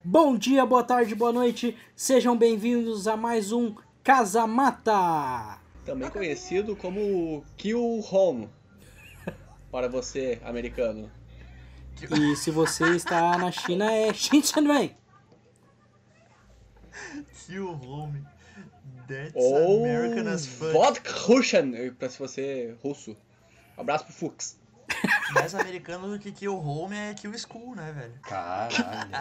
Bom dia, boa tarde, boa noite, sejam bem-vindos a mais um Casa Mata. Também conhecido como Kill Home, para você, americano. E se você está na China, é Shinchanwei. Kill Home. That's Ou American as fuck. Vodka Russian, para se você é russo. Abraço pro Fux. Mais americano do que Kill Home é Kill School, né, velho? Caralho.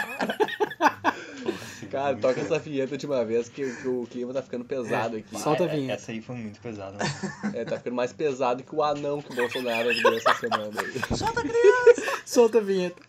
Cara, toca essa vinheta de uma vez que o clima tá ficando pesado aqui. Solta a vinheta. Essa aí foi muito pesada, mano. Tá ficando mais pesado que o anão que o Bolsonaro abriu essa semana aí. Solta a criança! Solta a vinheta.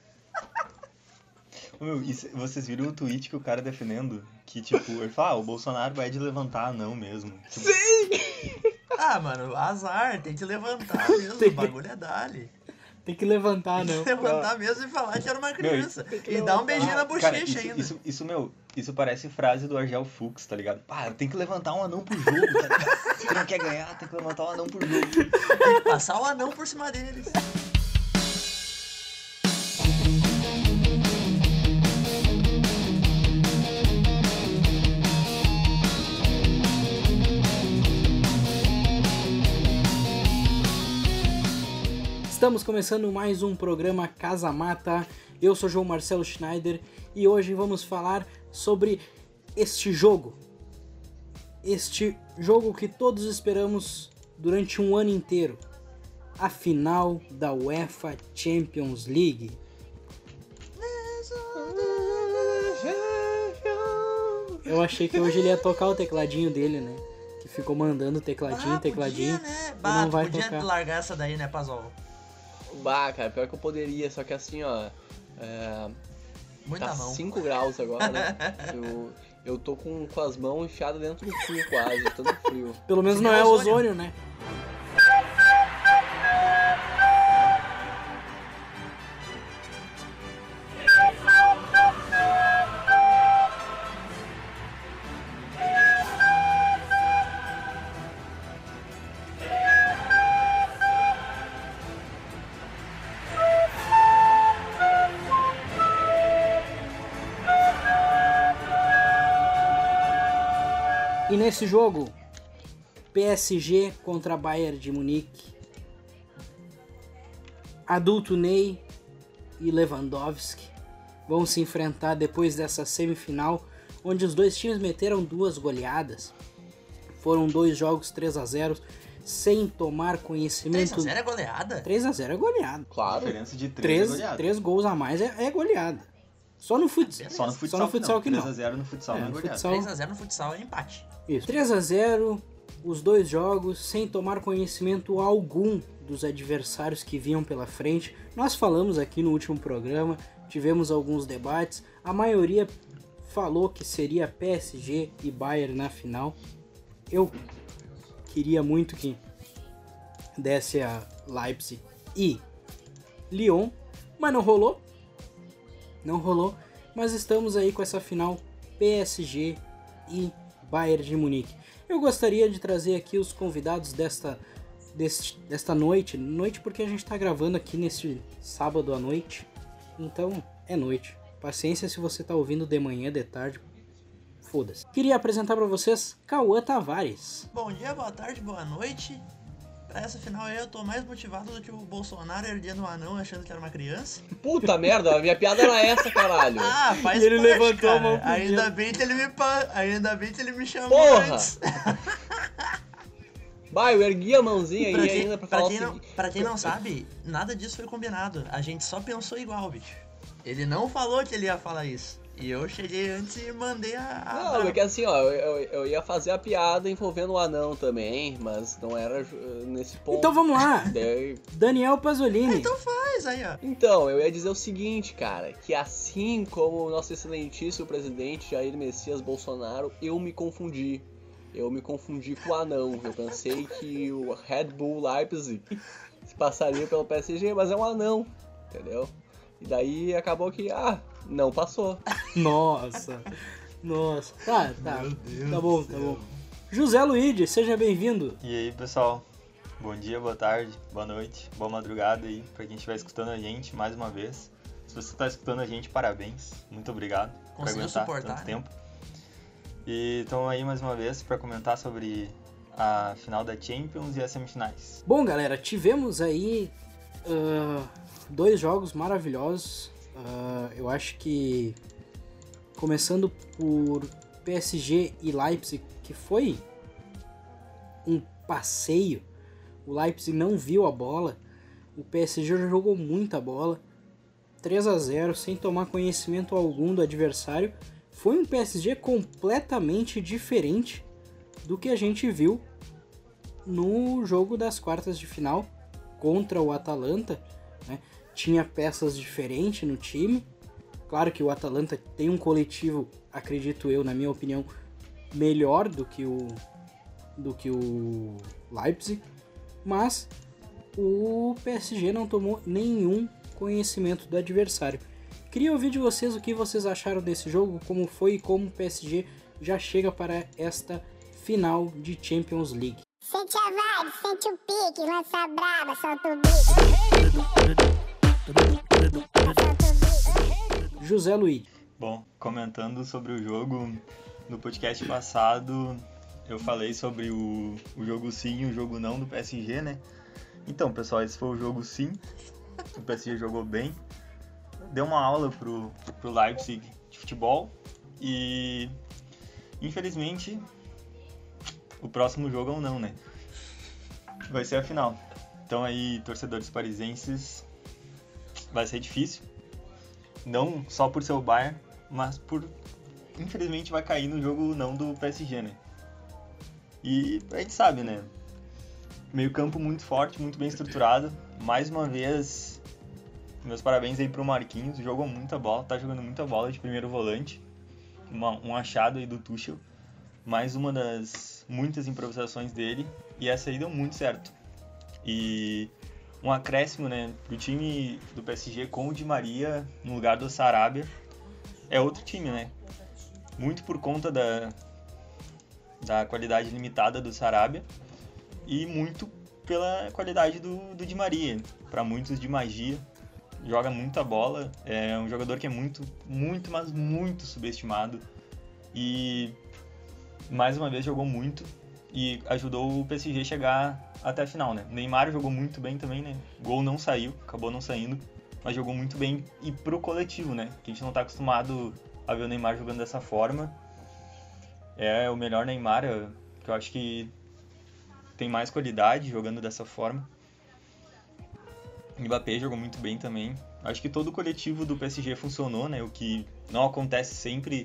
Meu, vocês viram o tweet que o cara defendendo? Que tipo, ele fala, o Bolsonaro é de levantar anão mesmo. Tipo, Sim! Ah, mano, azar, tem que levantar mesmo, o bagulho é dali. Tem que levantar, não. Tem que levantar mesmo e falar que era uma criança. E dar um beijinho na bochecha cara, ainda. isso parece frase do Argel Fux, tá ligado? Ah, tem que levantar um anão pro jogo, tá ligado? Se não quer ganhar, tem que levantar um anão pro jogo. Tem que passar o anão por cima deles. Estamos começando mais um programa Casa Mata. Eu sou João Marcelo Schneider e hoje vamos falar sobre este jogo. Este jogo que todos esperamos durante um ano inteiro. A final da UEFA Champions League. Eu achei que hoje ele ia tocar o tecladinho dele, né? Que ficou mandando tecladinho. Podia, né? E não vai podia tocar. largar essa daí, né, Pazol? Bah, cara, pior que eu poderia, só que assim, ó... Muita tá mão. 5 graus agora, né? Eu tô com as mãos enfiadas dentro do frio quase, tanto frio. Pelo menos Que não nem é ozônio. ozônio, né? E nesse jogo, PSG contra Bayern de Munique, Adulto Ney e Lewandowski vão se enfrentar depois dessa semifinal, onde os dois times meteram 2 goleadas. Foram 2 jogos 3-0, sem tomar conhecimento... 3x0 é goleada? 3-0 é goleada. Claro. Diferença de 3 3 gols a mais é goleada. Só no futsal. Só no futsal que não. 3x0 no futsal É, não é no goleada. futsal- 3x0 no futsal é empate. Isso. 3-0, os 2 jogos sem tomar conhecimento algum dos adversários que vinham pela frente. Nós falamos aqui no último programa, tivemos alguns debates. A maioria falou que seria PSG e Bayern na final. Eu queria muito que desse a Leipzig e Lyon, mas não rolou. Não rolou, mas estamos aí com essa final PSG e Bayern de Munique. Eu gostaria de trazer aqui os convidados desta noite porque a gente está gravando aqui neste sábado à noite, então é noite. Paciência se você está ouvindo de manhã, de tarde, foda-se. Queria apresentar para vocês Cauã Tavares. Bom dia, boa tarde, boa noite. Pra essa final aí eu tô mais motivado do que o Bolsonaro erguendo um anão achando que era uma criança. Puta merda, a minha piada era essa, caralho. Ah, faz E ele parte, levantou cara. a mão pro Ainda bem que ele me chamou Porra! antes. Bah, eu ergui a mãozinha aí ainda pra falar o seguinte. Pra quem não sabe, nada disso foi combinado. A gente só pensou igual, bicho. Ele não falou que ele ia falar isso. E eu cheguei antes e mandei Não, é que assim, ó, eu ia fazer a piada envolvendo o anão também, mas não era nesse ponto. Então vamos lá, Daí- Daniel Pasolini. Então faz aí, ó. Então, eu ia dizer o seguinte, cara, que assim como o nosso excelentíssimo presidente Jair Messias Bolsonaro, eu me confundi. Eu me confundi com o anão. Eu pensei que o Red Bull Leipzig se passaria pelo PSG, mas é um anão, entendeu? E daí acabou que, não passou. Nossa. Tá. Meu Deus Tá bom, do tá céu. bom. José Luigi, seja bem-vindo. E aí, pessoal? Bom dia, boa tarde, boa noite, boa madrugada aí pra quem estiver escutando a gente mais uma vez. Se você tá escutando a gente, parabéns. Muito obrigado por Conseguiu aguentar suportar, tanto né? tempo. E estamos aí mais uma vez para comentar sobre a final da Champions e as semifinais. Bom, galera, tivemos aí 2 jogos maravilhosos. Eu acho que começando por PSG e Leipzig, que foi um passeio. O Leipzig não viu a bola, o PSG jogou muita bola, 3-0, sem tomar conhecimento algum do adversário. Foi um PSG completamente diferente do que a gente viu no jogo das quartas de final contra o Atalanta, né? Tinha peças diferentes no time. Claro que o Atalanta tem um coletivo, acredito eu, na minha opinião, melhor do que o Leipzig, mas o PSG não tomou nenhum conhecimento do adversário. Queria ouvir de vocês o que vocês acharam desse jogo, como foi e como o PSG já chega para esta final de Champions League. Sente a vibe, sente o pique, lança a braba, solta o bico. José Luiz. Bom, comentando sobre o jogo, no podcast passado eu falei sobre o jogo sim e o jogo não do PSG, né? Então, pessoal, esse foi o jogo sim. O PSG jogou bem. Deu uma aula pro Leipzig de futebol. E, infelizmente, o próximo jogo é um não, né? Vai ser a final. Então aí, torcedores parisenses, vai ser difícil. Não só por ser o Bayern, mas infelizmente vai cair no jogo não do PSG, né? E a gente sabe, né? Meio campo muito forte, muito bem estruturado. Mais uma vez, meus parabéns aí pro Marquinhos. Jogou muita bola, tá jogando muita bola de primeiro volante. Um achado aí do Tuchel. Mais uma das muitas improvisações dele. E essa aí deu muito certo. E um acréscimo, né, do time do PSG com o Di Maria no lugar do Sarabia. É outro time, né? Muito por conta da qualidade limitada do Sarabia e muito pela qualidade do Di Maria. Para muitos de magia, joga muita bola, é um jogador que é muito, mas muito subestimado e mais uma vez jogou muito e ajudou o PSG a chegar até a final, né? Neymar jogou muito bem também, né? Gol não saiu, acabou não saindo, mas jogou muito bem e pro coletivo, né? Que a gente não tá acostumado a ver o Neymar jogando dessa forma. É o melhor Neymar, que eu acho que tem mais qualidade jogando dessa forma. O Mbappé jogou muito bem também. Acho que todo o coletivo do PSG funcionou, né? O que não acontece sempre.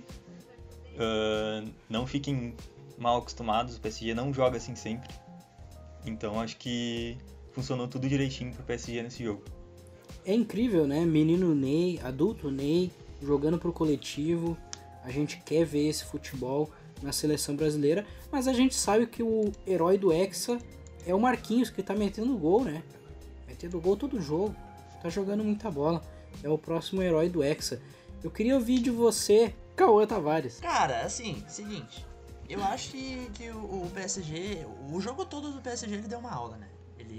Não fiquem mal acostumados, o PSG não joga assim sempre. Então acho que funcionou tudo direitinho pro PSG nesse jogo. É incrível, né? Menino Ney, adulto Ney, jogando pro coletivo. A gente quer ver esse futebol na seleção brasileira, mas a gente sabe que o herói do Hexa é o Marquinhos, que tá metendo gol, né? Metendo gol todo jogo, tá jogando muita bola. É o próximo herói do Hexa. Eu queria ouvir de você, Cauã Tavares. Cara, assim, seguinte, eu acho que o PSG, o jogo todo do PSG ele deu uma aula, né?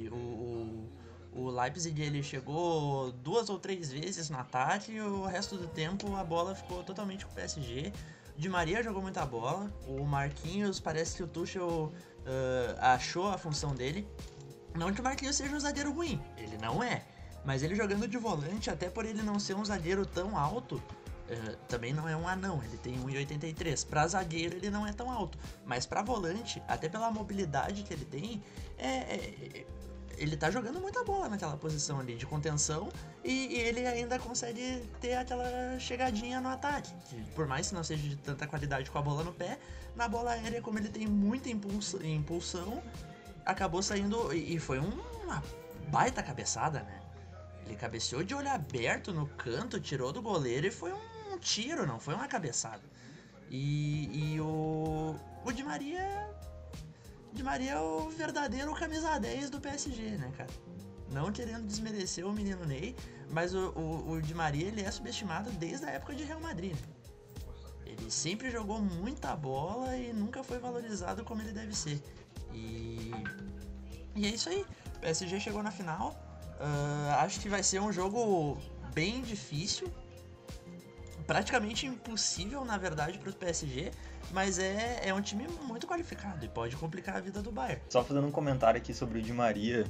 O Leipzig ele chegou 2 ou 3 vezes no ataque e o resto do tempo a bola ficou totalmente com o PSG. Di Maria jogou muita bola, o Marquinhos parece que o Tuchel achou a função dele. Não que o Marquinhos seja um zagueiro ruim, ele não é. Mas ele jogando de volante, até por ele não ser um zagueiro tão alto, também não é um anão, ele tem 1,83. Pra zagueiro ele não é tão alto, mas pra volante, até pela mobilidade que ele tem, ele tá jogando muita bola naquela posição ali de contenção e ele ainda consegue ter aquela chegadinha no ataque. Que, por mais que não seja de tanta qualidade com a bola no pé, na bola aérea, como ele tem muita impulsão, acabou saindo e foi uma baita cabeçada, né? Ele cabeceou de olho aberto no canto, tirou do goleiro e foi um tiro, não foi uma cabeçada. E o Di Maria... Di Maria é o verdadeiro camisa 10 do PSG, né, cara? Não querendo desmerecer o menino Ney, mas o Di Maria ele é subestimado desde a época de Real Madrid, né? Ele sempre jogou muita bola e nunca foi valorizado como ele deve ser. E é isso aí. O PSG chegou na final. Acho que vai ser um jogo bem difícil, praticamente impossível, na verdade, para o PSG, mas é um time muito qualificado e pode complicar a vida do Bayern. Só fazendo um comentário aqui sobre o Di Maria,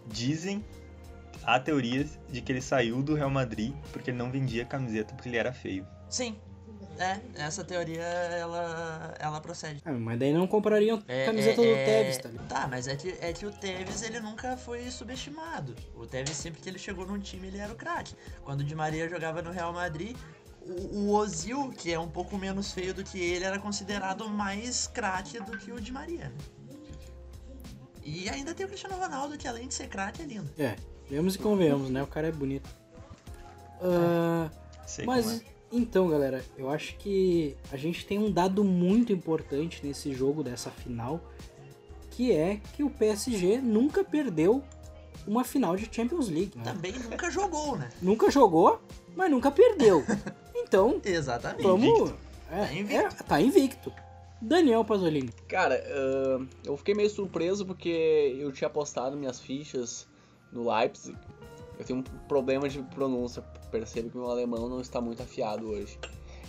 há teorias de que ele saiu do Real Madrid porque ele não vendia camiseta porque ele era feio. Sim, essa teoria, ela procede. Mas daí não comprariam camiseta do Tevez, tá ligado? Tá, mas é que o Tevez, ele nunca foi subestimado. O Tevez, sempre que ele chegou num time, ele era o craque. Quando o Di Maria jogava no Real Madrid, o Ozil, que é um pouco menos feio do que ele, era considerado mais craque do que o Di Maria. E ainda tem o Cristiano Ronaldo, que além de ser craque, é lindo. Vemos e convenhamos, né? O cara é bonito. Mas, então, galera, eu acho que a gente tem um dado muito importante nesse jogo dessa final, que é que o PSG nunca perdeu uma final de Champions League. Né? Também nunca jogou, né? Nunca jogou, mas nunca perdeu. Então, exatamente. Vamos... Tá invicto. Daniel Pasolini. Cara, eu fiquei meio surpreso porque eu tinha apostado minhas fichas no Leipzig. Eu tenho um problema de pronúncia, percebo que o meu alemão não está muito afiado hoje.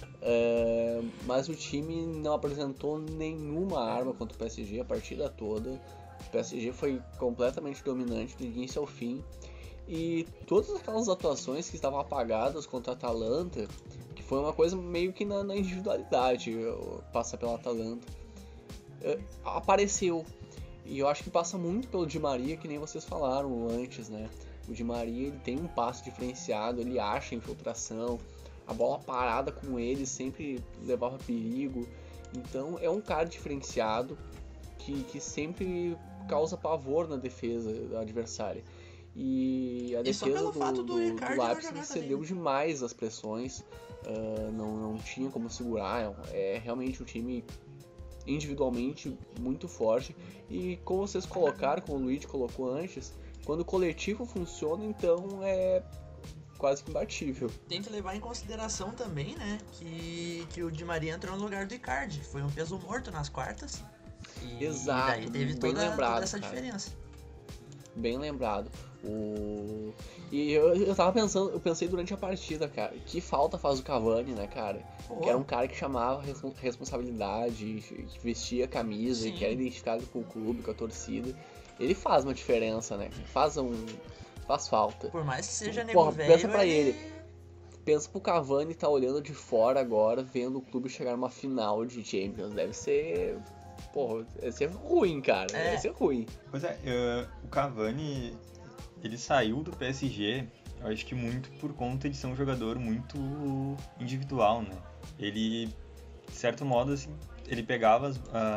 Mas o time não apresentou nenhuma arma contra o PSG a partida toda. O PSG foi completamente dominante do início ao fim. E todas aquelas atuações que estavam apagadas contra a Atalanta, que foi uma coisa meio que na individualidade, passar pela Atalanta, apareceu. E eu acho que passa muito pelo Di Maria, que nem vocês falaram antes, né? O Di Maria, ele tem um passe diferenciado, ele acha infiltração, a bola parada com ele sempre levava perigo. Então é um cara diferenciado que sempre causa pavor na defesa adversária. E a defesa do Leipzig cedeu demais as pressões, não tinha como segurar. É realmente um time individualmente muito forte. E como vocês colocaram, como o Luigi colocou antes, quando o coletivo funciona, então é quase que imbatível. Tem que levar em consideração também, né, que o Di Maria entrou no lugar do Icardi. Foi um peso morto nas quartas. Exato, e daí teve toda essa diferença. Bem lembrado. E eu tava pensando, eu pensei durante a partida, cara, que falta faz o Cavani, né, cara? Que era um cara que chamava responsabilidade, que vestia a camisa, e que era identificado com o clube, com a torcida. Ele faz uma diferença, né? Faz falta. Por mais que seja nego velho, pensa pra ele. Pensa pro Cavani tá olhando de fora agora, vendo o clube chegar numa final de Champions. Deve ser... deve ser ruim, cara. Deve ser ruim. Pois o Cavani, ele saiu do PSG, eu acho que muito por conta de ser um jogador muito individual, né? Ele, de certo modo, assim, ele pegava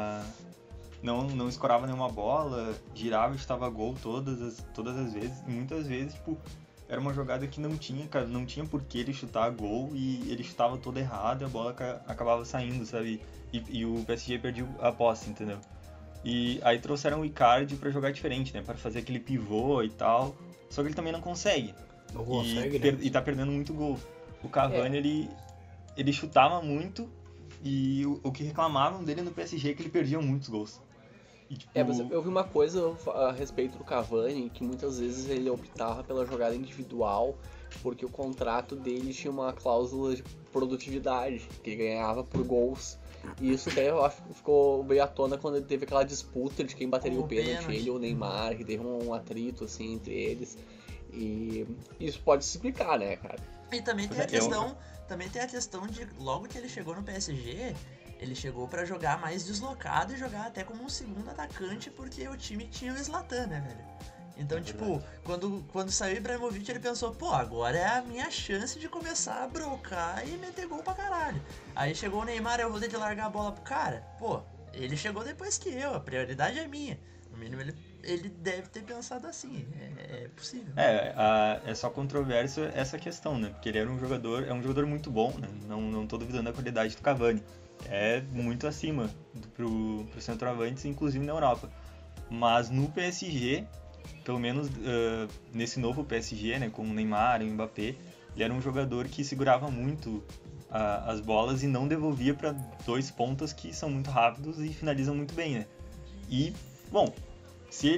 não escorava nenhuma bola, girava e chutava gol todas as vezes. E muitas vezes, era uma jogada que não tinha por que ele chutar gol e ele chutava todo errado e a bola acabava saindo, sabe? E o PSG perdia a posse, entendeu? E aí trouxeram o Icardi pra jogar diferente, né? Pra fazer aquele pivô e tal. Só que ele também não consegue. Não consegue, né? E tá perdendo muito gol. O Cavani, ele chutava muito e o que reclamavam dele no PSG é que ele perdia muitos gols. Mas eu vi uma coisa a respeito do Cavani, que muitas vezes ele optava pela jogada individual, porque o contrato dele tinha uma cláusula de produtividade, que ele ganhava por gols. E isso daí eu acho que ficou bem à tona quando ele teve aquela disputa de quem bateria o pênalti, ele ou o Neymar, que teve um atrito assim entre eles. E isso pode se explicar, né, cara? E também tem a questão de, logo que ele chegou no PSG, ele chegou pra jogar mais deslocado e jogar até como um segundo atacante, porque o time tinha o Zlatan, né, velho? Então, quando saiu o Ibrahimovic, ele pensou, agora é a minha chance de começar a brocar e meter gol pra caralho. Aí chegou o Neymar, eu vou ter que largar a bola pro cara. Ele chegou depois que eu, a prioridade é minha. No mínimo, ele deve ter pensado assim, é possível. É só controvérsia essa questão, né? Porque ele é um jogador muito bom, né? Não tô duvidando da qualidade do Cavani. É muito acima pro centroavantes, inclusive na Europa. Mas no PSG, pelo menos nesse novo PSG, né, com o Neymar e o Mbappé, ele era um jogador que segurava muito as bolas e não devolvia para dois pontas que são muito rápidos e finalizam muito bem, né? E, bom, se ele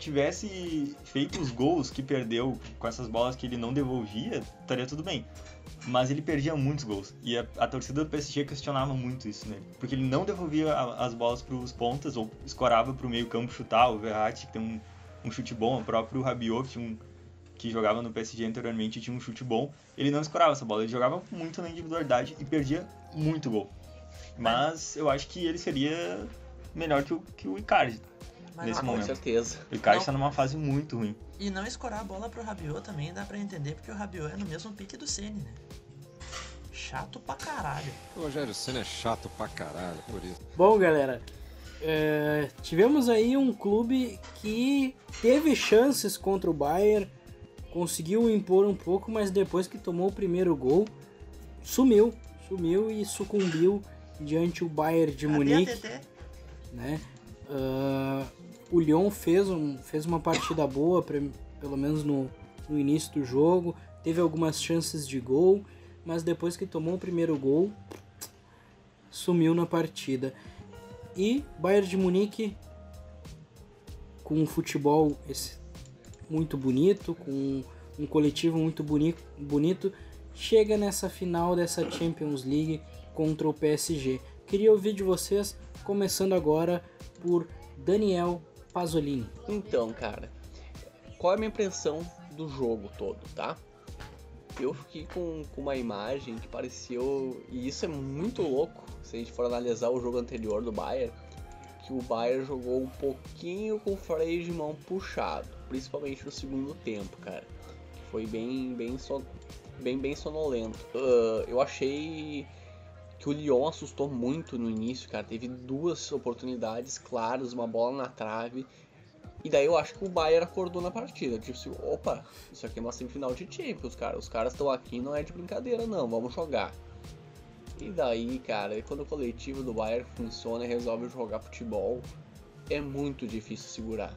tivesse feito os gols que perdeu com essas bolas que ele não devolvia, estaria tudo bem. Mas ele perdia muitos gols. E a torcida do PSG questionava muito isso nele. Porque ele não devolvia as bolas para os pontas, ou escorava para o meio campo chutar. O Verratti, que tem um chute bom, o próprio Rabiot, que jogava no PSG anteriormente, tinha um chute bom. Ele não escorava essa bola, ele jogava muito na individualidade e perdia muito gol. Mas eu acho que ele seria melhor que o Icardi nesse momento. Com certeza. O Icardi está numa fase muito ruim. E não escorar a bola pro Rabiot também dá pra entender, porque o Rabiot é no mesmo pique do Ceni, né? Chato pra caralho. O Rogério Ceni é chato pra caralho, por isso. Bom, galera, tivemos aí um clube que teve chances contra o Bayern, conseguiu impor um pouco, mas depois que tomou o primeiro gol, sumiu e sucumbiu diante o Bayern de Munique, né? O Lyon fez uma partida boa, pelo menos no início do jogo, teve algumas chances de gol, mas depois que tomou o primeiro gol, sumiu na partida. E Bayern de Munique, com um futebol muito bonito, com um coletivo muito bonito, chega nessa final dessa Champions League contra o PSG. Queria ouvir de vocês, começando agora por Daniel Pasolini. Então, cara, qual é a minha impressão do jogo todo, tá? Eu fiquei com uma imagem que pareceu, e isso é muito louco, se a gente for analisar o jogo anterior do Bayern, que o Bayern jogou um pouquinho com o freio de mão puxado, principalmente no segundo tempo, cara. Foi bem sonolento. Eu achei que o Lyon assustou muito no início, cara. Teve 2 oportunidades claras, uma bola na trave. E daí eu acho que o Bayern acordou na partida. Tipo assim, opa, isso aqui é uma semifinal de Champions, cara. Os caras estão aqui, não é de brincadeira não, vamos jogar. E daí, cara, quando o coletivo do Bayern funciona e resolve jogar futebol, é muito difícil segurar.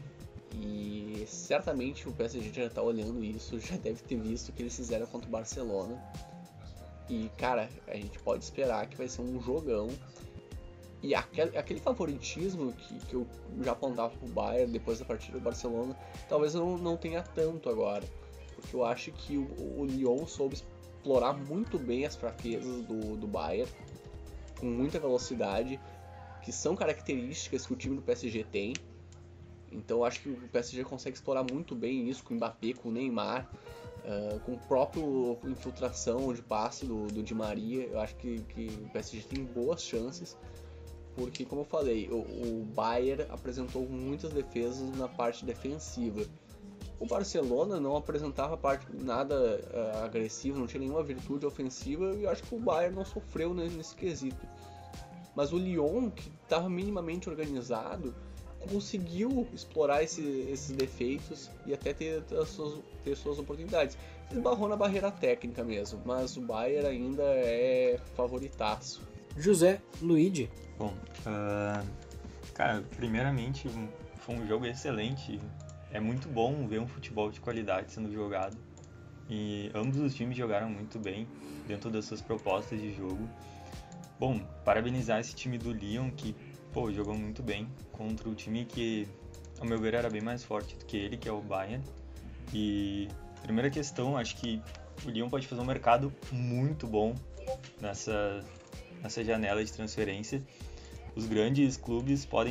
E certamente o PSG já tá olhando isso, já deve ter visto o que eles fizeram contra o Barcelona. E, cara, a gente pode esperar que vai ser um jogão. E aquele favoritismo que eu já apontava pro Bayern depois da partida do Barcelona, talvez eu não tenha tanto agora. Porque eu acho que o Lyon soube explorar muito bem as fraquezas do Bayern, com muita velocidade, que são características que o time do PSG tem. Então eu acho que o PSG consegue explorar muito bem isso com o Mbappé, com o Neymar, com o próprio infiltração de passe do Di Maria. Eu acho que o PSG tem boas chances, porque, como eu falei, o Bayern apresentou muitas defesas na parte defensiva. O Barcelona não apresentava nada agressivo, não tinha nenhuma virtude ofensiva, e eu acho que o Bayern não sofreu nesse quesito. Mas o Lyon, que estava minimamente organizado, conseguiu explorar esses defeitos e até ter suas oportunidades. Esbarrou na barreira técnica mesmo, mas o Bayern ainda é favoritaço. José Luigi. Bom, cara, primeiramente foi um jogo excelente. É muito bom ver um futebol de qualidade sendo jogado. E ambos os times jogaram muito bem dentro das suas propostas de jogo. Bom, parabenizar esse time do Lyon que, jogou muito bem contra o time que, ao meu ver, era bem mais forte do que ele, que é o Bayern. E, primeira questão, acho que o Lyon pode fazer um mercado muito bom nessa janela de transferência. Os grandes clubes podem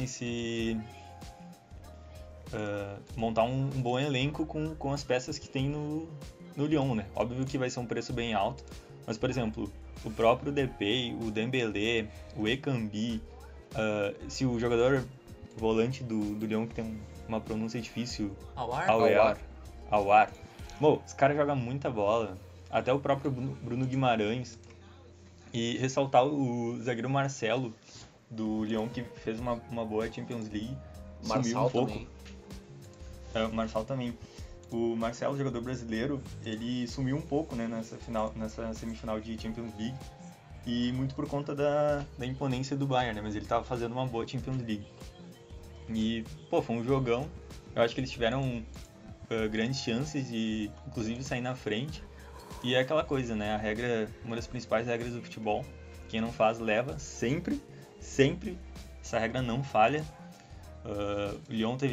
montar um bom elenco com as peças que tem no Lyon, né? Óbvio que vai ser um preço bem alto, mas, por exemplo, o próprio Depay, o Dembélé, o Ekambi, se o jogador volante do Lyon, que tem uma pronúncia difícil, Aouar. Bom, os caras jogam muita bola, até o próprio Bruno Guimarães. E ressaltar o zagueiro Marcelo do Lyon, que fez uma boa Champions League. Sumiu um pouco. O Marçal também. O Marcelo, jogador brasileiro, ele sumiu um pouco, né, nessa semifinal de Champions League. E muito por conta da imponência do Bayern, né? Mas ele estava fazendo uma boa Champions League. E, foi um jogão. Eu acho que eles tiveram grandes chances de, inclusive, sair na frente. E é aquela coisa, né? A regra, uma das principais regras do futebol, quem não faz, leva. Sempre. Essa regra não falha. O Lyon teve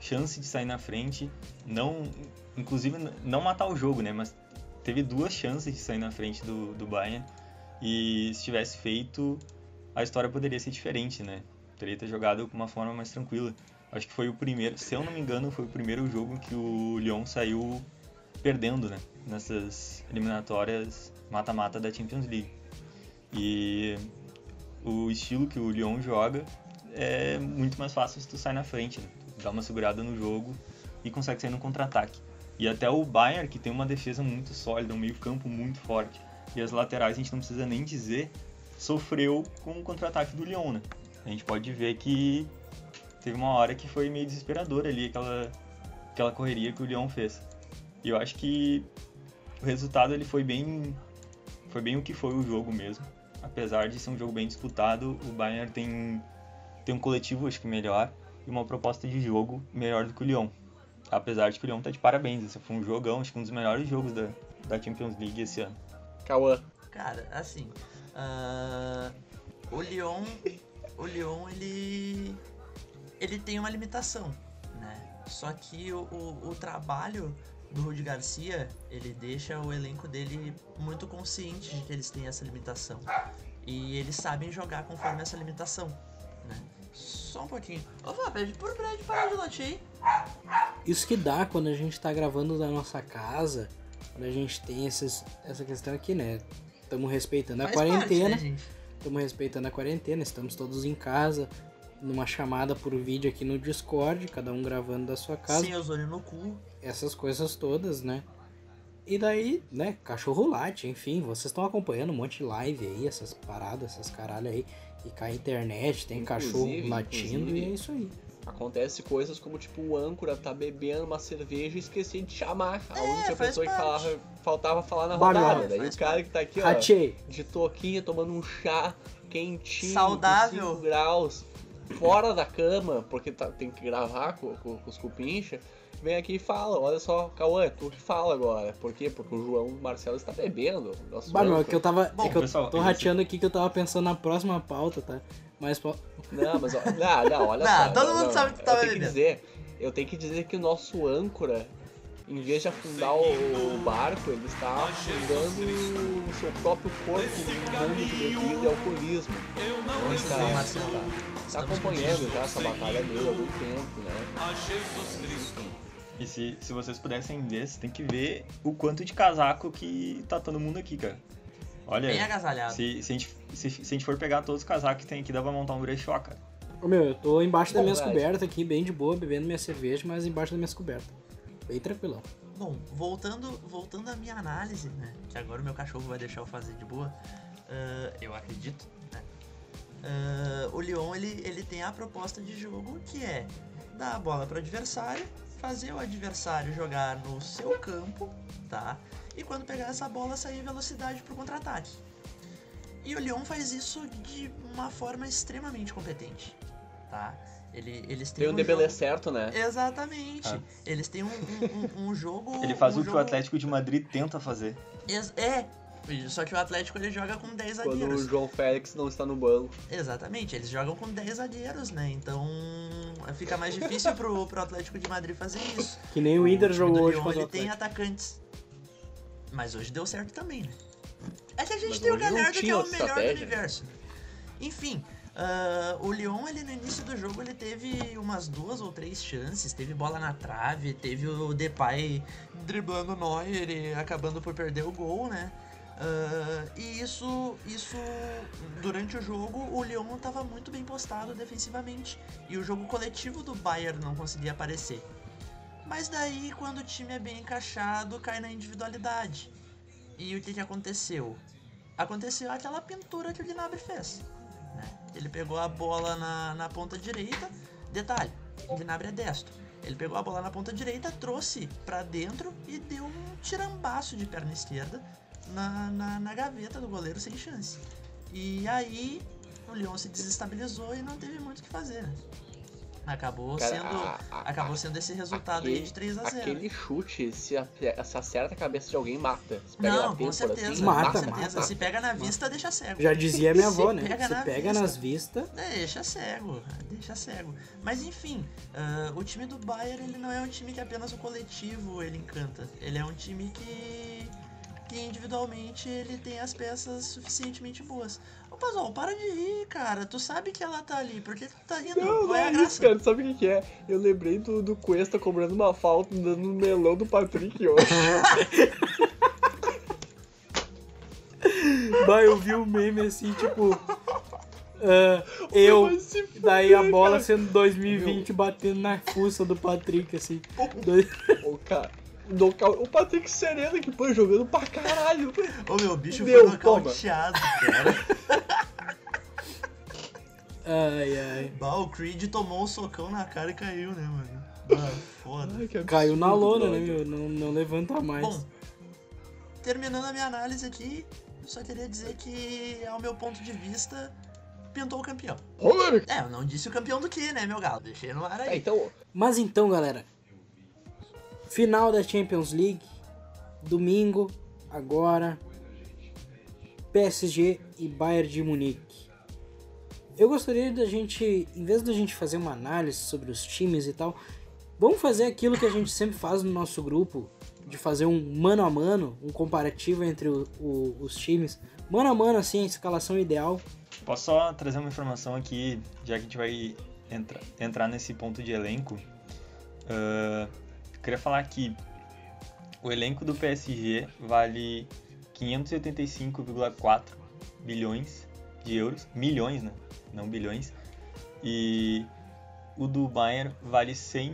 chance de sair na frente, inclusive não matar o jogo, né? Mas teve 2 chances de sair na frente do Bayern, e se tivesse feito, a história poderia ser diferente, né? Teria ter jogado com uma forma mais tranquila. Acho que foi o primeiro, se eu não me engano, foi o primeiro jogo que o Lyon saiu perdendo, né? Nessas eliminatórias mata-mata da Champions League. E o estilo que o Lyon joga é muito mais fácil se tu sai na frente, né? Tu dá uma segurada no jogo e consegue sair no contra-ataque. E até o Bayern, que tem uma defesa muito sólida, um meio-campo muito forte, e as laterais a gente não precisa nem dizer, sofreu com o contra-ataque do Lyon, né? A gente pode ver que teve uma hora que foi meio desesperador ali, aquela correria que o Lyon fez. E eu acho que o resultado ele foi bem o que foi o jogo mesmo. Apesar de ser um jogo bem disputado, o Bayern tem um coletivo, acho que melhor, e uma proposta de jogo melhor do que o Lyon. Apesar de que o Lyon tá de parabéns, esse foi um jogão, acho que um dos melhores jogos da Champions League esse ano. Cauã. Cara, assim, o Lyon ele tem uma limitação, né? Só que o trabalho do Rudi Garcia, ele deixa o elenco dele muito consciente de que eles têm essa limitação. E eles sabem jogar conforme essa limitação, né? Só um pouquinho. Ô, Vá, pede por Brad parar de latir aí. Isso que dá quando a gente tá gravando da nossa casa, quando a gente tem essa questão aqui, né? Estamos respeitando a quarentena. Parte, né, gente? Estamos respeitando a quarentena, estamos todos em casa, numa chamada por vídeo aqui no Discord, cada um gravando da sua casa. Sem ozônio no cu. Essas coisas todas, né? E daí, né, cachorro late, enfim, vocês estão acompanhando um monte de live aí, essas paradas, essas caralho aí, e cai a internet, tem cachorro latindo e é isso aí. Acontece coisas como, tipo, o âncora tá bebendo uma cerveja e esqueci de chamar a única pessoa que faltava falar na rodada. Daí o cara que tá aqui, ó, de touquinha, tomando um chá quentinho, saudável, 5 graus, fora da cama, porque tem que gravar com os cupincha, vem aqui e fala, olha só, Cauã, tu que fala agora. Por quê? Porque o João Marcelo está bebendo. É que eu tava. Bom, é que eu pessoal, tô rateando aqui que eu tava pensando na próxima pauta, tá? Mas. Não, mas olha só. Todo mundo sabe que tu tava bebendo. Eu tenho que dizer que o nosso âncora, em vez de afundar o barco, ele está afundando o seu próprio corpo no mundo de bebida e alcoolismo. Está acompanhando já essa batalha dele há algum tempo, né? E se vocês pudessem ver, vocês tem que ver o quanto de casaco que tá todo mundo aqui, cara. Olha, bem agasalhado. Se a gente for pegar todos os casacos que tem aqui, dá pra montar um brechó, cara. Ô meu, eu tô embaixo das minhas cobertas aqui, bem de boa, bebendo minha cerveja, mas embaixo das minhas cobertas. Bem tranquilão. Bom, voltando à minha análise, né? Que agora o meu cachorro vai deixar eu fazer de boa. Eu acredito, né? O Lyon, ele tem a proposta de jogo que é dar a bola pro adversário, fazer o adversário jogar no seu campo, tá? E quando pegar essa bola, sair em velocidade pro contra-ataque. E o Lyon faz isso de uma forma extremamente competente, tá? Eles têm tem um DBL certo, né? Exatamente. Eles têm um jogo... Ele faz o que o Atlético de Madrid tenta fazer. Só que o Atlético ele joga com 10 zagueiros. Quando o João Félix não está no banco. Exatamente, eles jogam com 10 zagueiros, né? Então fica mais difícil pro Atlético de Madrid fazer isso. Que nem o Inter jogou hoje contra o Atlético. Ele tem atacantes. Mas hoje deu certo também, né? É que a gente tem o Galhardo que é o melhor do universo. Enfim, o Lyon, ele no início do jogo, ele teve umas 2 ou 3 chances, teve bola na trave, teve o Depay driblando o Neuer e acabando por perder o gol, né? E isso durante o jogo o Lyon estava muito bem postado defensivamente e o jogo coletivo do Bayern não conseguia aparecer. Mas daí quando o time é bem encaixado cai na individualidade. E o que aconteceu? Aconteceu aquela pintura que o Gnabry fez, né? Ele pegou a bola na ponta direita. Detalhe, o Gnabry é destro. Ele pegou a bola na ponta direita, trouxe pra dentro e deu um tirambaço de perna esquerda na gaveta do goleiro sem chance. E aí o Lyon se desestabilizou e não teve muito o que fazer, né? Acabou Cara, sendo esse resultado aí de 3-0. Aquele chute, se acerta a cabeça de alguém, mata. Se pega Não, na com têmpora, certeza. assim, Mata. Se pega na vista, deixa cego. Já dizia minha avó, né? pega Se na pega vista. nas vistas. Deixa cego. Mas enfim, o time do Bayern, ele não é um time que apenas o coletivo ele encanta. Ele é um time que individualmente ele tem as peças suficientemente boas. Ô Pazol, para de rir, cara. Tu sabe que ela tá ali. Por que tu tá rindo? Não, Qual é não a é graça? isso, cara. Sabe o que é? Eu lembrei do Cuesta cobrando uma falta dando no melão do Patrick hoje. Bah, eu vi um meme assim, tipo. Eu. Vai se fuder, Daí a bola cara. sendo 2020 batendo na fuça do Patrick, assim. Ô, cara. O Patrick Serena que foi jogando pra caralho. Ô meu, bicho Meu, foi nocauteado, cara. Ai. Bah, o Creed tomou um socão na cara e caiu, né, mano? Bah, foda. Ai, que absurdo, Caiu na lona, né, brother. meu? Não levanta mais. Bom, terminando a minha análise aqui, eu só queria dizer que, ao meu ponto de vista, pintou o campeão. Polêmica. Eu não disse o campeão do que, né, meu galo? Deixei no ar aí. Então, Mas então, galera. Final da Champions League. Domingo, agora. PSG e Bayern de Munique. Eu gostaria da gente, em vez da gente fazer uma análise sobre os times e tal, vamos fazer aquilo que a gente sempre faz no nosso grupo, de fazer um mano a mano, um comparativo entre os times. Mano a mano, assim, a escalação ideal. Posso só trazer uma informação aqui, já que a gente vai entrar nesse ponto de elenco. Queria falar que o elenco do PSG vale 585,4 bilhões de euros. Milhões, né? Não bilhões. E o do Bayern vale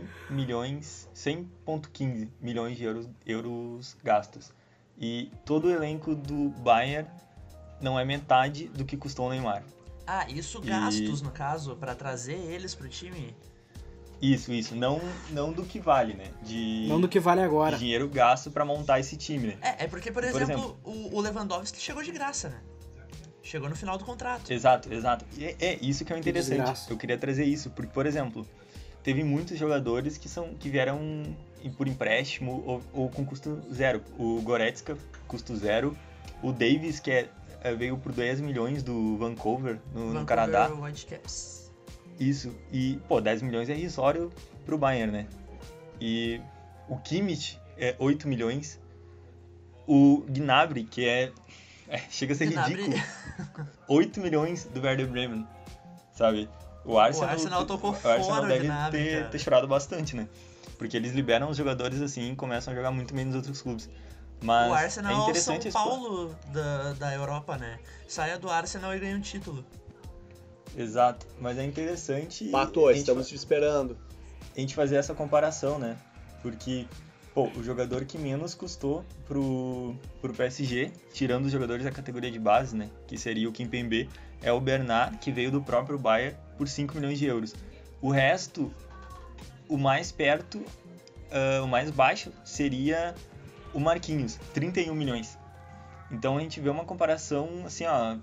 100,15 milhões de euros gastos. E todo o elenco do Bayern não é metade do que custou o Neymar. Ah, isso gastos, no caso, pra trazer eles pro time? Isso. Não do que vale, né? Não do que vale agora. De dinheiro gasto pra montar esse time, né? É porque, por exemplo, o Lewandowski chegou de graça, né? Chegou no final do contrato. Exato. E é isso que é o interessante. desgraça. Eu queria trazer isso, porque, por exemplo, teve muitos jogadores que vieram por empréstimo ou com custo zero. O Goretzka, custo zero. O Davis, que veio por 10 milhões do Vancouver, no Canadá. Whitecaps. Isso, e, 10 milhões é irrisório pro Bayern, né? E o Kimmich é 8 milhões. O Gnabry, que chega a ser ridículo, 8 milhões do Werder Bremen, sabe? O Arsenal tocou o Arsenal fora o deve Gnabry, ter chorado bastante, né? Porque eles liberam os jogadores assim e começam a jogar muito bem nos outros clubes. Mas O Arsenal é é o interessante São Paulo da Europa, né? Saia do Arsenal e ganha um título. Exato, mas é interessante Pato, a gente estamos te esperando. a gente fazer essa comparação, né? Porque, o jogador que menos custou pro PSG, tirando os jogadores da categoria de base, né? Que seria o Kimpembe, é o Bernard, que veio do próprio Bayern por 5 milhões de euros. O resto, o mais perto, o mais baixo, seria o Marquinhos, 31 milhões. Então a gente vê uma comparação, assim, ó...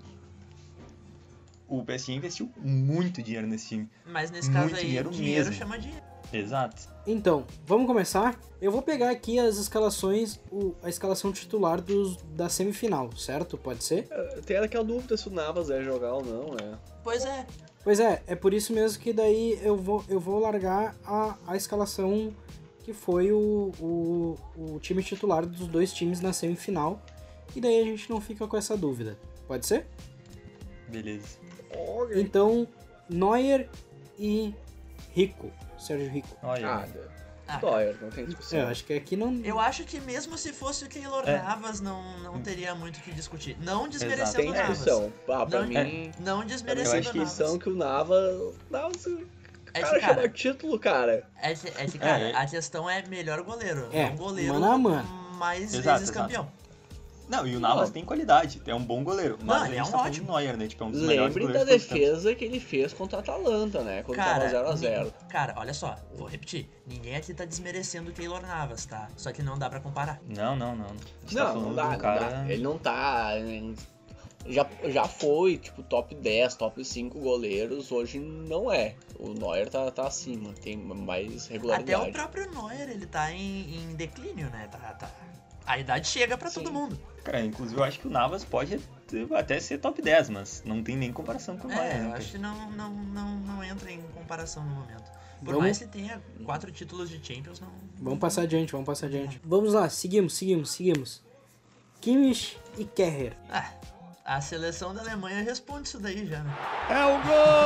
O PSG investiu muito dinheiro nesse time. Mas nesse caso Muito aí, dinheiro dinheiro mesmo. chama dinheiro. Exato. Então, vamos começar? Eu vou pegar aqui as escalações, a escalação titular da semifinal, certo? Pode ser? Tem aquela dúvida se o Navas vai jogar ou não, né? Pois é. Pois é por isso mesmo que daí eu vou largar a escalação que foi o time titular dos dois times na semifinal. E daí a gente não fica com essa dúvida. Pode ser? Beleza. Então, Neuer e Rico. Sérgio Rico. Olha, Neuer, não tem discussão. Eu acho que aqui não... Eu acho que mesmo se fosse o Keylor Navas, não teria muito o que discutir. Não Tem desmerecendo o Navas. discussão. Pra Não- mim, Não eu desmerecendo acho o que Navas. são que o Navas... É cara que, cara, chama título, cara. a questão é melhor goleiro. É, não goleiro mano a mano. mais Exato, vezes campeão. Não, e o Navas tem qualidade, é um bom goleiro. Mas Não, a ele gente é um tá falando ótimo. do Neuer, né? Tipo, é um dos melhores Lembre da goleiros de todos os defesa que ele fez contra a Atalanta, né? Quando Cara, tava 0x0. Cara, olha só, vou repetir. Ninguém aqui tá desmerecendo o Keylor Navas, tá? Só que não dá pra comparar. tempos. Não. A gente tá Não, falando não dá, de um cara... não dá. Ele não tá... Já foi, tipo, top 10, top 5 goleiros, hoje não é. O Neuer tá acima, tem mais regularidade. Até o próprio Neuer, ele tá em declínio, né? A idade chega pra todo mundo. Cara, inclusive eu acho que o Navas pode até ser top 10, mas não tem nem comparação com o Neuer, né? Eu acho que não entra em comparação no momento. Por Vamos- mais que tenha 4 títulos de Champions, não... Vamos passar adiante. Vamos lá, seguimos. Kimmich e Kehrer. Ah, a seleção da Alemanha responde isso daí já, né? É o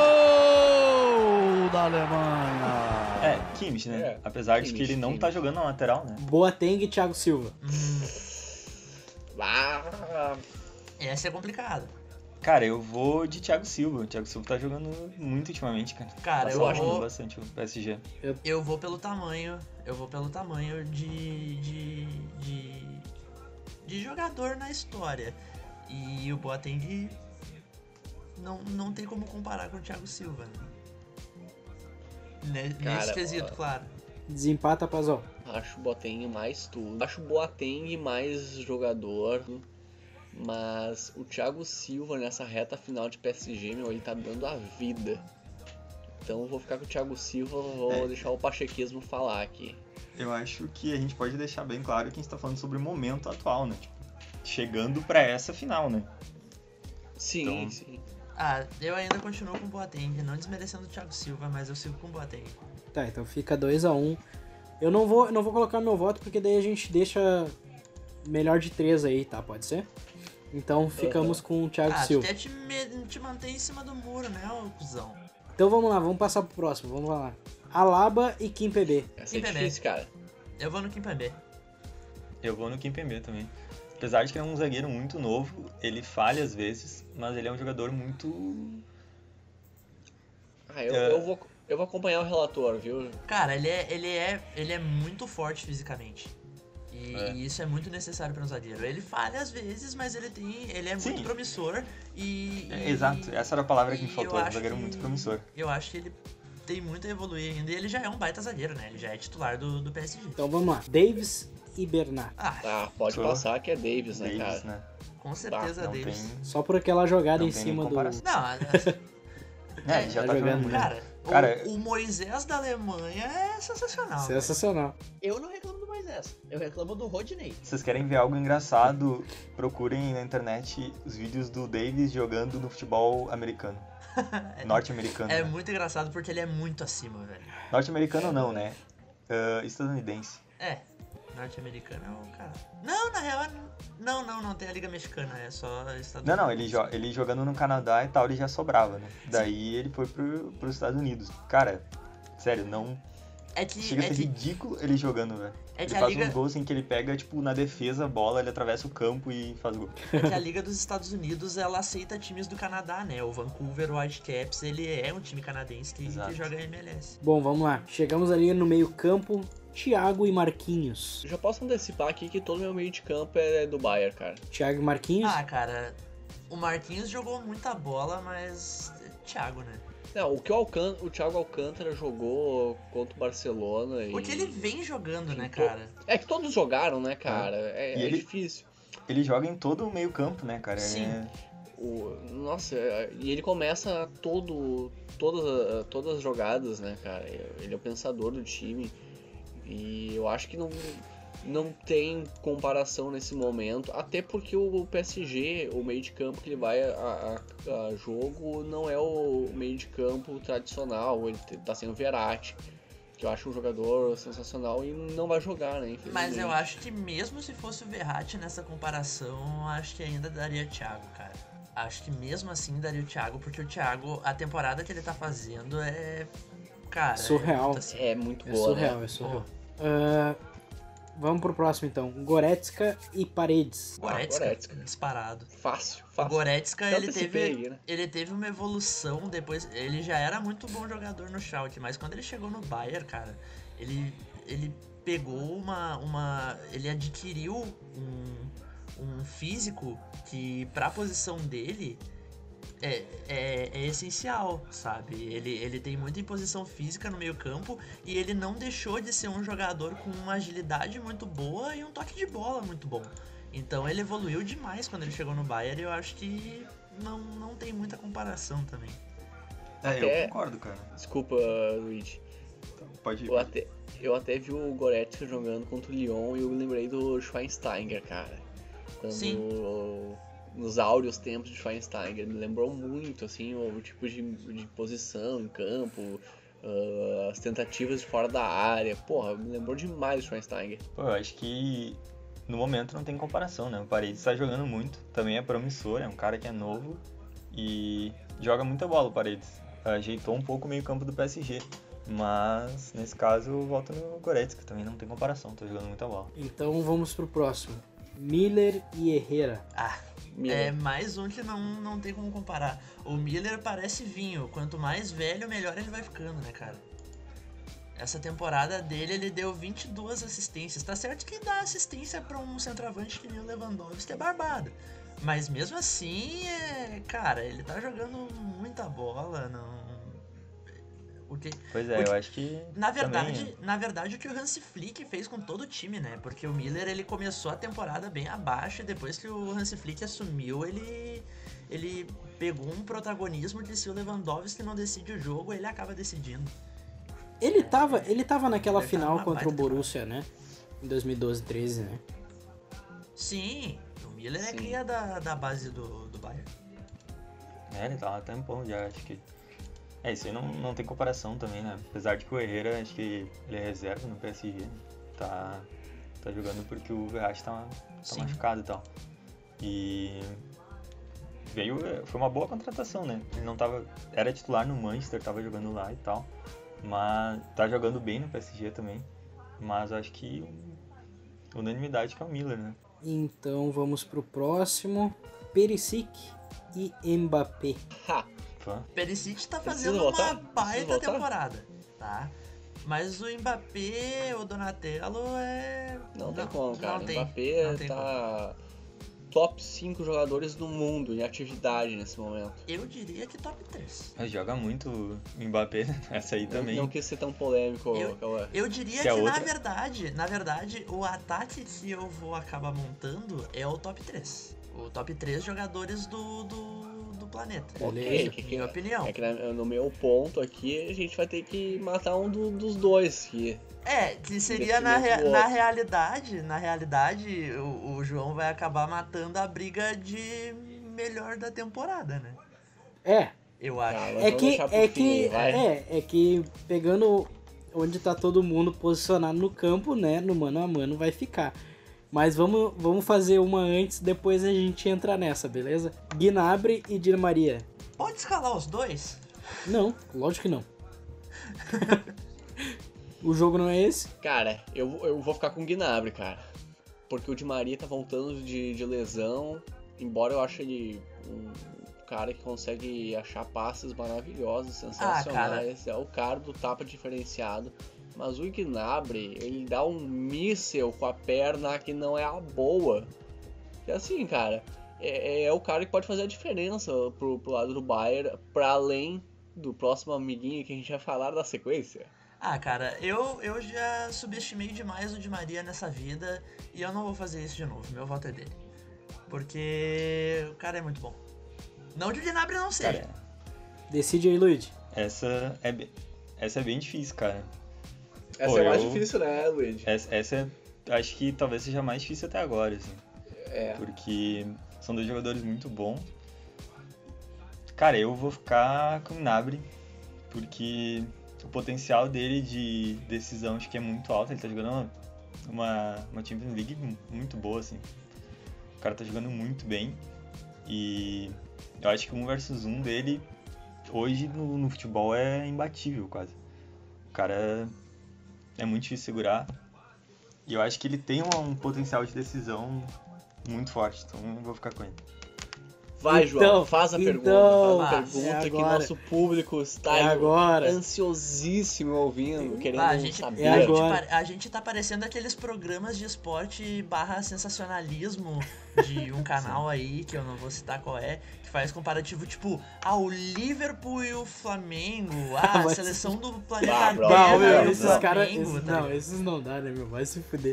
gol da Alemanha. Kimmich, né? É, Apesar de que Kimmich, ele não tá Kimmich. jogando na lateral, né? Boateng e Thiago Silva. Ah, Essa é complicada. Cara, eu vou de Thiago Silva. O Thiago Silva tá jogando muito ultimamente, cara. Cara, Tá eu salvando vou- bastante o PSG. Eu vou pelo tamanho de jogador na história. E o Boateng não tem como comparar com o Thiago Silva. Nesse Cara, quesito, claro. Desempata, Pazol. acho o Boateng mais tudo. Acho o Boateng mais jogador. Mas o Thiago Silva nessa reta final de PSG, meu, ele tá dando a vida. Então eu vou ficar com o Thiago Silva, vou deixar o pachequismo falar aqui. Eu acho que a gente pode deixar bem claro que a gente tá falando sobre o momento atual, né? Tipo, chegando pra essa final, né? Sim, Então- sim. Ah, eu ainda continuo com o Boateng, não desmerecendo o Thiago Silva, mas eu sigo com o Boateng. Tá, então fica 2-1. Eu não vou colocar meu voto porque daí a gente deixa melhor de 3 aí, tá? Pode ser? Então ficamos com o Thiago Ah, tu Silva. quer te manter em cima do muro, né, ô cuzão? Então vamos lá, vamos passar pro próximo, vamos lá. Alaba e Kimpembe. Essa é Kimpembe. difícil, cara. Eu vou no Kimpembe. Eu vou no Kimpembe também. Apesar de que ele é um zagueiro muito novo, ele falha às vezes, mas ele é um jogador muito... Eu vou acompanhar o relator, viu? Cara, ele é muito forte fisicamente. E isso é muito necessário para um zagueiro. Ele falha às vezes, mas ele é Sim. muito promissor Exato, essa era a palavra que me e faltou, eu é um acho zagueiro que- muito promissor. Eu acho que ele tem muito a evoluir ainda. E ele já é um baita zagueiro, né? Ele já é titular do PSG. Então vamos lá. Davis e Bernat. Ah, Ah, pode Show. passar que é Davis, né, Davis, cara? né? com certeza Não Davis. tem... Só por aquela jogada Não em tem cima nem do... comparação. Não, Ele já tá tá jogando, jogando, né? né? cara, Cara, o Moisés da Alemanha é sensacional. Sensacional. Eu não reclamo do Moisés, eu reclamo do Rodinei. Se vocês querem ver algo engraçado, procurem na internet os vídeos do Davis jogando no futebol americano. Norte-americano. É né? muito engraçado porque ele é muito acima, velho. Norte-americano não, né? Estadunidense. É, norte-americano é o cara. Não, na real, não tem a Liga Mexicana, é só Estados Não, Unidos. ele jogando no Canadá e tal, ele já sobrava, né? Daí ele foi pros Estados Unidos. Cara, sério, não... É que, Chega a é ser que, ridículo ele jogando, velho. é Ele que a faz Liga, uns gols assim que ele pega, tipo, na defesa a bola, ele atravessa o campo e faz gol. é que a Liga dos Estados Unidos, ela aceita times do Canadá, né? O Vancouver Whitecaps, ele é um time canadense que Exato. joga MLS. Bom, vamos lá. Chegamos ali no meio campo. Thiago e Marquinhos. Eu já posso antecipar aqui que todo meu meio de campo é do Bayern, cara. Thiago e Marquinhos. Ah, cara, o Marquinhos jogou muita bola, mas Thiago, né? Não, o Thiago Alcântara jogou contra o Barcelona e... Porque ele vem jogando, né, Sim, cara? É que todos jogaram, né, cara? E É ele- difícil. Ele joga em todo o meio campo, né, cara? Sim. Nossa, e ele começa todas as jogadas, né, cara? Ele é o pensador do time. E eu acho que não tem comparação nesse momento. Até porque o PSG, o meio de campo que ele vai a jogo, não é o meio de campo tradicional. Ele tá sem o Verratti, que eu acho um jogador sensacional e não vai jogar, né? Mas infelizmente. eu acho que mesmo se fosse o Verratti nessa comparação, acho que ainda daria Thiago, cara. Acho que mesmo assim daria o Thiago, porque o Thiago, a temporada que ele tá fazendo é... Cara, Surreal. É muito assim. É muito É boa, surreal, né? é surreal. Vamos pro próximo então. Goretzka e Paredes. Goretzka, Goretzka. disparado. Fácil, O fácil. Goretzka, Até ele antecipei, teve, né? ele teve uma evolução depois. Ele já era muito bom jogador no Schalke, mas quando ele chegou no Bayern, cara, ele pegou ele adquiriu um físico que pra posição dele é essencial, sabe? Ele tem muita imposição física no meio campo e ele não deixou de ser um jogador com uma agilidade muito boa e um toque de bola muito bom. Então ele evoluiu demais quando ele chegou no Bayern e eu acho que não tem muita comparação também. Eu concordo, cara. Desculpa, Luigi. Então, pode ir. Eu até vi o Goretzka jogando contra o Lyon e eu lembrei do Schweinsteiger, cara. Nos áureos tempos de Schweinsteiger. Me lembrou muito, assim, o tipo de posição em campo, as tentativas de fora da área. Porra, me lembrou demais do Schweinsteiger. Pô, eu acho que no momento não tem comparação, né? O Paredes tá jogando muito, também é promissor, é um cara que é novo e joga muita bola o Paredes. Ajeitou um pouco o meio campo do PSG. Mas, nesse caso, eu volto no Goretzka, que também não tem comparação, tô jogando muita bola. Então vamos pro próximo. Miller e Herrera. É mais um que não tem como comparar. O Miller parece vinho, quanto mais velho, melhor ele vai ficando, né, cara? Essa temporada dele, ele deu 22 assistências. Tá certo que dá assistência pra um centroavante que nem o Lewandowski é barbado. Mas mesmo assim, cara, ele tá jogando muita bola, Pois é, eu acho que... Na verdade, o que o Hansi Flick fez com todo o time, né? Porque o Miller, ele começou a temporada bem abaixo e depois que o Hansi Flick assumiu, ele pegou um protagonismo de se o Lewandowski não decide o jogo, ele acaba decidindo. Ele tava naquela final contra o Borussia, né? Em 2012-13, né? Sim, o Miller é cria da base do Bayern. Ele tá há tempão já, acho que... isso aí não tem comparação também, né? Apesar de que o Herrera, acho que ele é reserva no PSG, né? Tá jogando porque o Verratti tá machucado e tal. E foi uma boa contratação, né? Ele era titular no Manchester, tava jogando lá e tal. Mas tá jogando bem no PSG também. Mas acho que unanimidade que é o Miller, né? Então vamos pro próximo. Perisic e Mbappé. Perisic tá fazendo uma baita temporada, tá? Mas o Mbappé, o Donatello Não tem como, cara. O Mbappé tá top 5 jogadores do mundo em atividade nesse momento. Eu diria que top 3. Mas joga muito o Mbappé, essa aí também. Não quis ser tão polêmico, eu diria que na verdade, o ataque que eu vou acabar montando é o top 3. O top 3 jogadores do planeta. Ok, minha opinião. É que no meu ponto aqui, a gente vai ter que matar um dos dois aqui. Que seria na realidade, o João vai acabar matando a briga de melhor da temporada, né? Eu acho. É que pegando onde tá todo mundo posicionado no campo, né, no mano a mano vai ficar. Mas vamos fazer uma antes, depois a gente entra nessa, beleza? Gnabry e Di Maria. Pode escalar os dois? Não, lógico que não. O jogo não é esse? Cara, eu vou ficar com o Gnabry, cara. Porque o Di Maria tá voltando de lesão. Embora eu ache ele um cara que consegue achar passes maravilhosos, sensacionais. É o cara do tapa diferenciado. Mas o Gnabry, ele dá um míssel com a perna que não é a boa. E assim, cara, é o cara que pode fazer a diferença pro lado do Bayern, pra além do próximo amiguinho que a gente vai falar da sequência. Cara, eu já subestimei demais o Di Maria nessa vida e eu não vou fazer isso de novo. Meu voto é dele. Porque o cara é muito bom. Não de Gnabry não seja. Cara, decide aí, Luigi. Essa é bem difícil, cara. Essa é mais difícil, né, Luigi? Essa acho que talvez seja a mais difícil até agora, assim. Porque são dois jogadores muito bons. Cara, eu vou ficar com o Gnabry, porque o potencial dele de decisão acho que é muito alto. Ele tá jogando uma Champions League muito boa, assim. O cara tá jogando muito bem. E eu acho que 1 versus 1 dele, hoje no futebol, é imbatível quase. O cara é muito difícil segurar. E eu acho que ele tem um potencial de decisão muito forte. Então eu vou ficar com ele. Vai, João, faz a pergunta que nosso público está ansiosíssimo ouvindo, querendo saber. A gente tá parecendo aqueles programas de esporte / sensacionalismo de um canal aí, que eu não vou citar qual é, que faz comparativo, tipo, o Liverpool e o Flamengo, a seleção do planeta Terra e o esses caras, Flamengo. esses não dá, né, meu? Vai se fuder.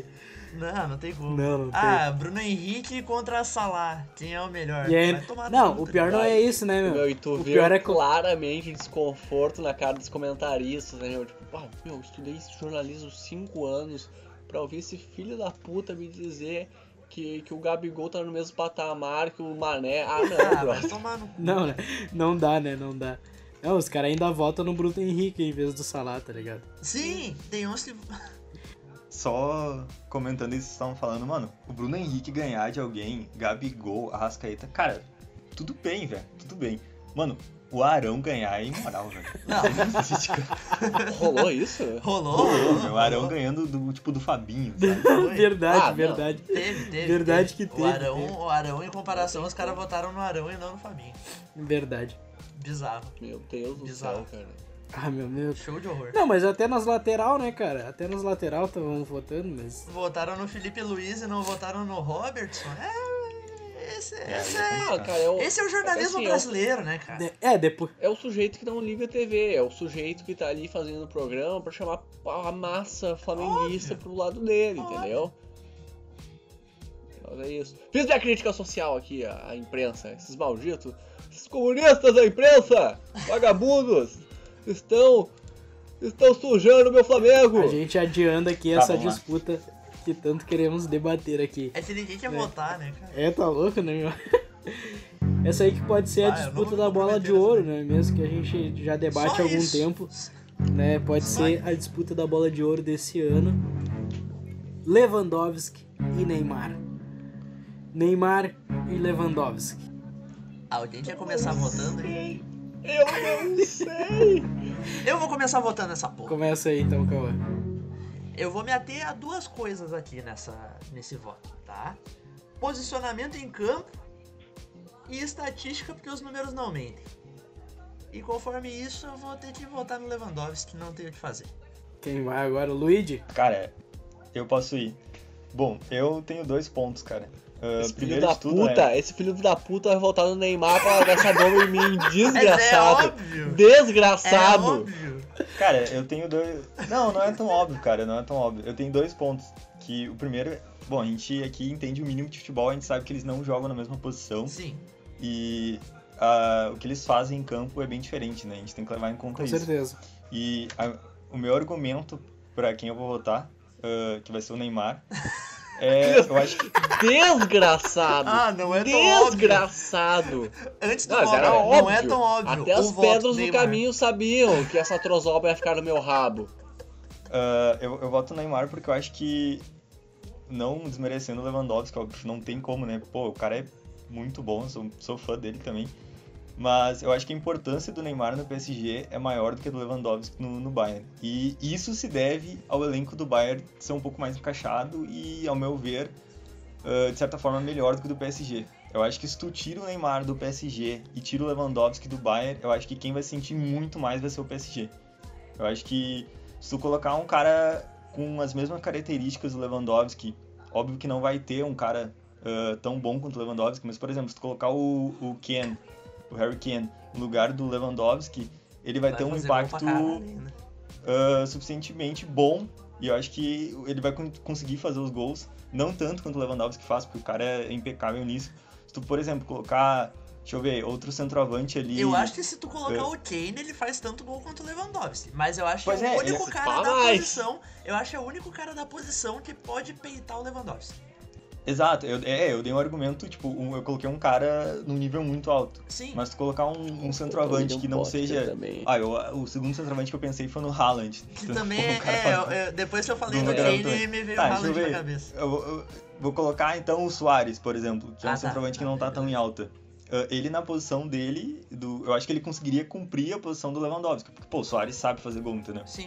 Não tem como. Não tem. Bruno Henrique contra Salah. Quem é o melhor? E aí, Vai tomar no não, cu, o tá pior ligado? não é isso, né, meu? E tu O vê pior é claramente o desconforto na cara dos comentaristas, né, meu? Tipo, eu estudei jornalismo 5 anos pra ouvir esse filho da puta me dizer que o Gabigol tá no mesmo patamar que o Mané. Não, Vai brother. tomar no cu. Não, né? Não dá, né? Não dá. Não, os caras ainda votam no Bruno Henrique em vez do Salah, tá ligado? Sim, tem uns que... Só comentando isso que vocês estavam falando, mano, o Bruno Henrique ganhar de alguém, Gabigol, Arrascaeta, cara, tudo bem, velho, tudo bem. Mano, o Arão ganhar é imoral, velho. Não. Rolou isso? Rolou. O Arão ganhando do Fabinho, sabe? Verdade, não. verdade. Teve. Verdade que teve, O Arão, em comparação, os caras votaram no Arão e não no Fabinho. Verdade. Bizarro. Meu Deus do Bizarro. céu, cara. Meu. Show de horror. Não, mas até nas lateral, né, cara? Até nas lateral estavam votando, mas... Votaram no Felipe Luiz e não votaram no Robertson. Esse é o jornalismo assim, brasileiro, né, cara? Depois... É o sujeito que não liga a TV, é o sujeito que tá ali fazendo o programa pra chamar a massa flamenguista pro lado dele, entendeu? Mas é isso. Fiz minha crítica social aqui à imprensa, esses malditos, esses comunistas da imprensa, vagabundos, estão sujando meu Flamengo. A gente adiando aqui Tá, essa vamos lá. disputa que tanto queremos debater aqui. É que ninguém quer votar, né, cara? Tá louco, né, meu? Essa aí que pode ser a Eu não disputa vou da bola de comprometer ouro, né? Mesmo que a gente já debate Só há algum isso. tempo. Né? Pode ser a disputa da bola de ouro desse ano. Lewandowski e Neymar. Neymar e Lewandowski. Alguém quer começar votando? Eu não sei. Eu vou começar votando nessa porra. Começa aí então, Cauã. Eu vou me ater a duas coisas aqui nesse voto, tá? Posicionamento em campo e estatística, porque os números não mentem. E conforme isso, eu vou ter que votar no Lewandowski, não tenho o que fazer. Quem vai agora? O Luigi? Cara, eu posso ir. Bom, eu tenho 2 pontos, cara. Esse filho Primeiro da de tudo, puta, esse filho da puta vai voltar no Neymar pra gastar bomba em mim, Mas desgraçado. é óbvio. Desgraçado. É óbvio. Cara, eu tenho 2... Não é tão óbvio, cara, não é tão óbvio. Eu tenho 2 pontos. Que o primeiro... Bom, a gente aqui entende o mínimo de futebol, a gente sabe que eles não jogam na mesma posição. Sim. E o que eles fazem em campo é bem diferente, né? A gente tem que levar em conta Com isso. certeza. E o meu argumento pra quem eu vou votar, que vai ser o Neymar, eu acho que... Desgraçado. Não é tão Desgraçado. Antes do Não, mas óbvio, era não é óbvio. tão óbvio. Até as O voto pedras do Neymar. caminho sabiam que essa trozoba ia ficar no meu rabo. Eu voto no Neymar porque eu acho que, não desmerecendo o Lewandowski, óbvio que não tem como, né? Pô, o cara é muito bom, sou fã dele também. Mas eu acho que a importância do Neymar no PSG é maior do que a do Lewandowski no Bayern. E isso se deve ao elenco do Bayern ser um pouco mais encaixado e, ao meu ver, de certa forma, melhor do que o do PSG. Eu acho que se tu tira o Neymar do PSG e tira o Lewandowski do Bayern, eu acho que quem vai sentir muito mais vai ser o PSG. Eu acho que se tu colocar um cara com as mesmas características do Lewandowski, óbvio que não vai ter um cara tão bom quanto o Lewandowski, mas, por exemplo, se tu colocar o Harry Kane, no lugar do Lewandowski, ele vai ter um fazer gol pra impacto caralho, né? suficientemente bom, e eu acho que ele vai conseguir fazer os gols, não tanto quanto o Lewandowski faz, porque o cara é impecável nisso. Se tu, por exemplo, colocar, deixa eu ver, outro centroavante ali... Eu acho que se tu colocar o Kane, ele faz tanto gol quanto o Lewandowski. Mas eu acho que Pois é é, o único ele- cara da Jamais. posição. Eu acho que é o único cara da posição que pode peitar o Lewandowski. Exato, eu dei um argumento, tipo, eu coloquei um cara num nível muito alto. Sim. Mas tu colocar um centroavante que não seja... Também. O segundo centroavante que eu pensei foi no Haaland. Que Então, também pô, o cara faz- depois que eu falei Não do vai Kane, garantir. me veio Tá, o deixa eu Haaland na ver. cabeça. Eu vou colocar então o Suárez, por exemplo, que é um Tá. centroavante que não tá tão em alta. Ele na posição dele, eu acho que ele conseguiria cumprir a posição do Lewandowski. Porque, pô, o Suárez sabe fazer gol, entendeu? Sim.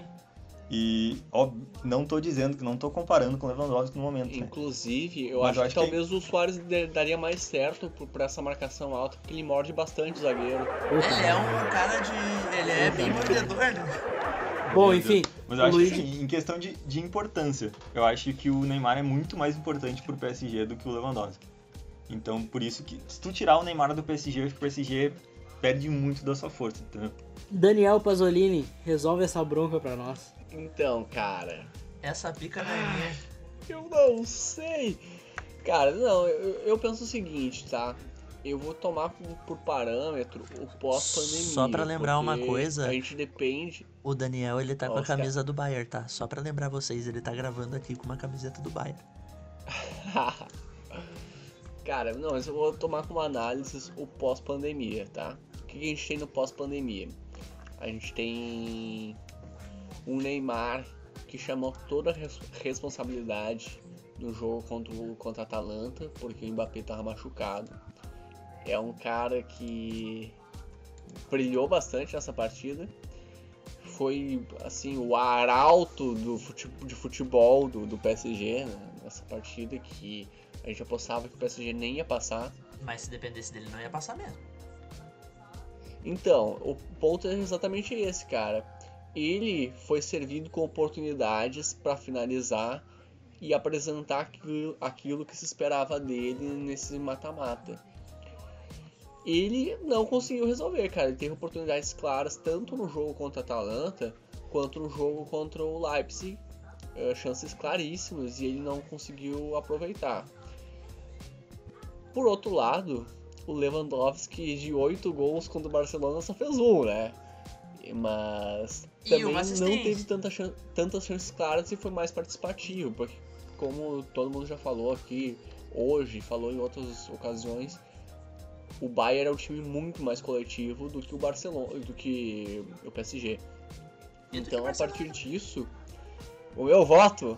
E, óbvio, não tô dizendo que não tô comparando com o Lewandowski no momento, né? Inclusive, eu Mas acho que talvez o Suárez daria mais certo pra essa marcação alta, porque ele morde bastante o zagueiro. Ele é um cara de... Ele é bem mordedor, né? Bom, enfim, Mas eu acho Luigi. que, assim, em questão de importância, eu acho que o Neymar é muito mais importante pro PSG do que o Lewandowski. Então, por isso que, se tu tirar o Neymar do PSG, eu acho que o PSG perde muito da sua força, entendeu? Daniel Pasolini, resolve essa bronca pra nós. Então, cara, Essa pica não é minha. Eu não sei. Cara, não, eu penso o seguinte, tá? Eu vou tomar por parâmetro o pós-pandemia. Só pra lembrar uma porque coisa, a gente depende... o Daniel, ele tá com a Oscar. camisa do Bayern, tá? Só pra lembrar vocês, ele tá gravando aqui com uma camiseta do Bayern. Cara, não, mas eu vou tomar como análise o pós-pandemia, tá? O que a gente tem no pós-pandemia? A gente tem um Neymar que chamou toda a responsabilidade no jogo contra a Atalanta, porque o Mbappé tava machucado. É um cara que brilhou bastante nessa partida. Foi, assim, o arauto de futebol do PSG, né, nessa partida, que a gente apostava que o PSG nem ia passar. Mas se dependesse dele, não ia passar mesmo. Então, o ponto é exatamente esse, cara. Ele foi servido com oportunidades para finalizar e apresentar aquilo que se esperava dele nesse mata-mata. Ele não conseguiu resolver, cara. Ele teve oportunidades claras tanto no jogo contra a Atalanta quanto no jogo contra o Leipzig, chances claríssimas, e ele não conseguiu aproveitar. Por outro lado, o Lewandowski, de 8 gols contra o Barcelona, só fez 1, né? Mas também não teve tantas chances claras e foi mais participativo, porque, como todo mundo já falou aqui hoje, falou em outras ocasiões, o Bayern é um time muito mais coletivo do que o Barcelona, do que o PSG. Então, a partir disso, o meu voto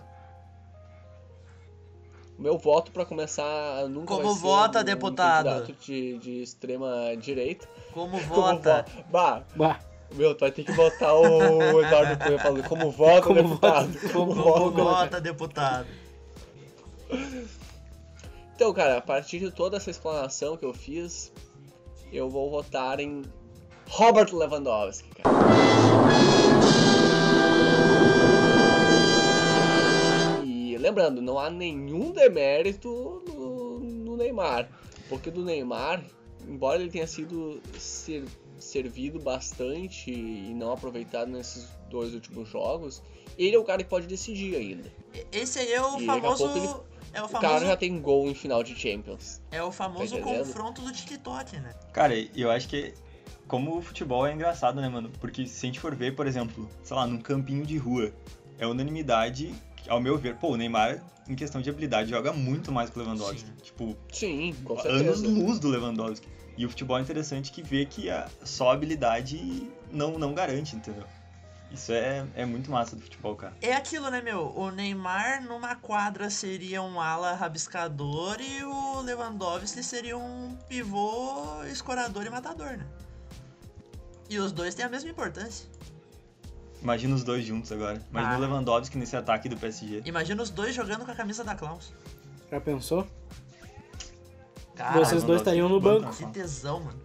para começar nunca Como vai ser vota, um deputado? candidato de extrema direita. Como vota? Bah. Meu, tu vai ter que botar o Eduardo Cunha falando como vota, deputado. Como vota, deputado? Então, cara, a partir de toda essa explanação que eu fiz, eu vou votar em Robert Lewandowski, cara. E lembrando, não há nenhum demérito no Neymar, porque do Neymar, embora ele tenha sido servido bastante e não aproveitado nesses 2 últimos jogos, ele é o cara que pode decidir ainda. Esse aí é o E famoso... o cara já tem gol em final de Champions. É o famoso confronto do TikTok, né? Cara, eu acho que como o futebol é engraçado, né, mano? Porque se a gente for ver, por exemplo, sei lá, num campinho de rua, é unanimidade, ao meu ver. Pô, o Neymar, em questão de habilidade, joga muito mais que o Lewandowski. Sim. Tipo, Sim, com certeza. anos-luz do Lewandowski. E o futebol é interessante que vê que só a habilidade não garante, entendeu? Isso é muito massa do futebol, cara. É aquilo, né, meu? O Neymar numa quadra seria um ala rabiscador e o Lewandowski seria um pivô escorador e matador, né? E os dois têm a mesma importância. Imagina os dois juntos agora. Imagina o Lewandowski nesse ataque do PSG. Imagina os dois jogando com a camisa da Klaus. Já pensou? Cara, Vocês dois estariam no banco. que tesão, mano.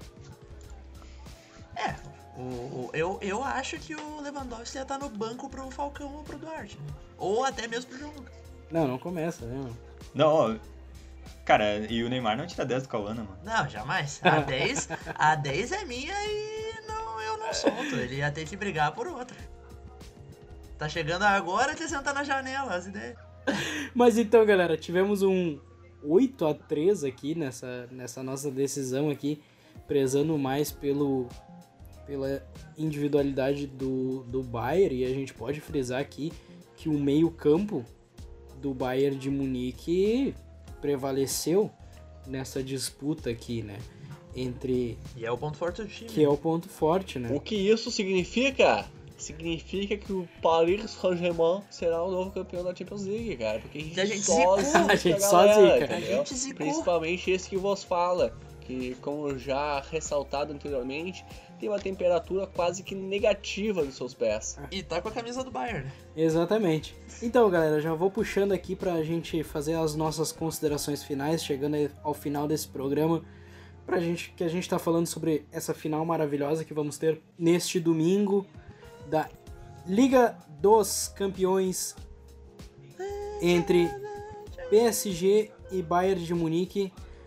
Eu acho que o Lewandowski ia estar no banco pro Falcão ou pro Duarte, né? Ou até mesmo pro João Lucas. Não começa, né, mano? Não, ó, cara, e o Neymar não tira 10 do Cauana, mano. Não, jamais. A 10 é minha e eu não solto. Ele ia ter que brigar por outra. Tá chegando agora que sentar na janela, as ideias. Mas então, galera, tivemos um 8-3 aqui nessa nossa decisão aqui, prezando mais pela individualidade do Bayern, e a gente pode frisar aqui que o meio-campo do Bayern de Munique prevaleceu nessa disputa aqui, né? E é o ponto forte do time. Que é o ponto forte, né? O que isso significa? Significa que o Paris Saint-Germain será o novo campeão da Champions League, cara. Porque a gente só zica. A gente zicou. Principalmente esse que vos fala, que, como já ressaltado anteriormente, tem uma temperatura quase que negativa nos seus pés. E tá com a camisa do Bayern. Exatamente. Então, galera, já vou puxando aqui pra gente fazer as nossas considerações finais, chegando ao final desse programa, que a gente tá falando sobre essa final maravilhosa que vamos ter neste domingo da Liga dos Campeões entre PSG e Bayern de Munique.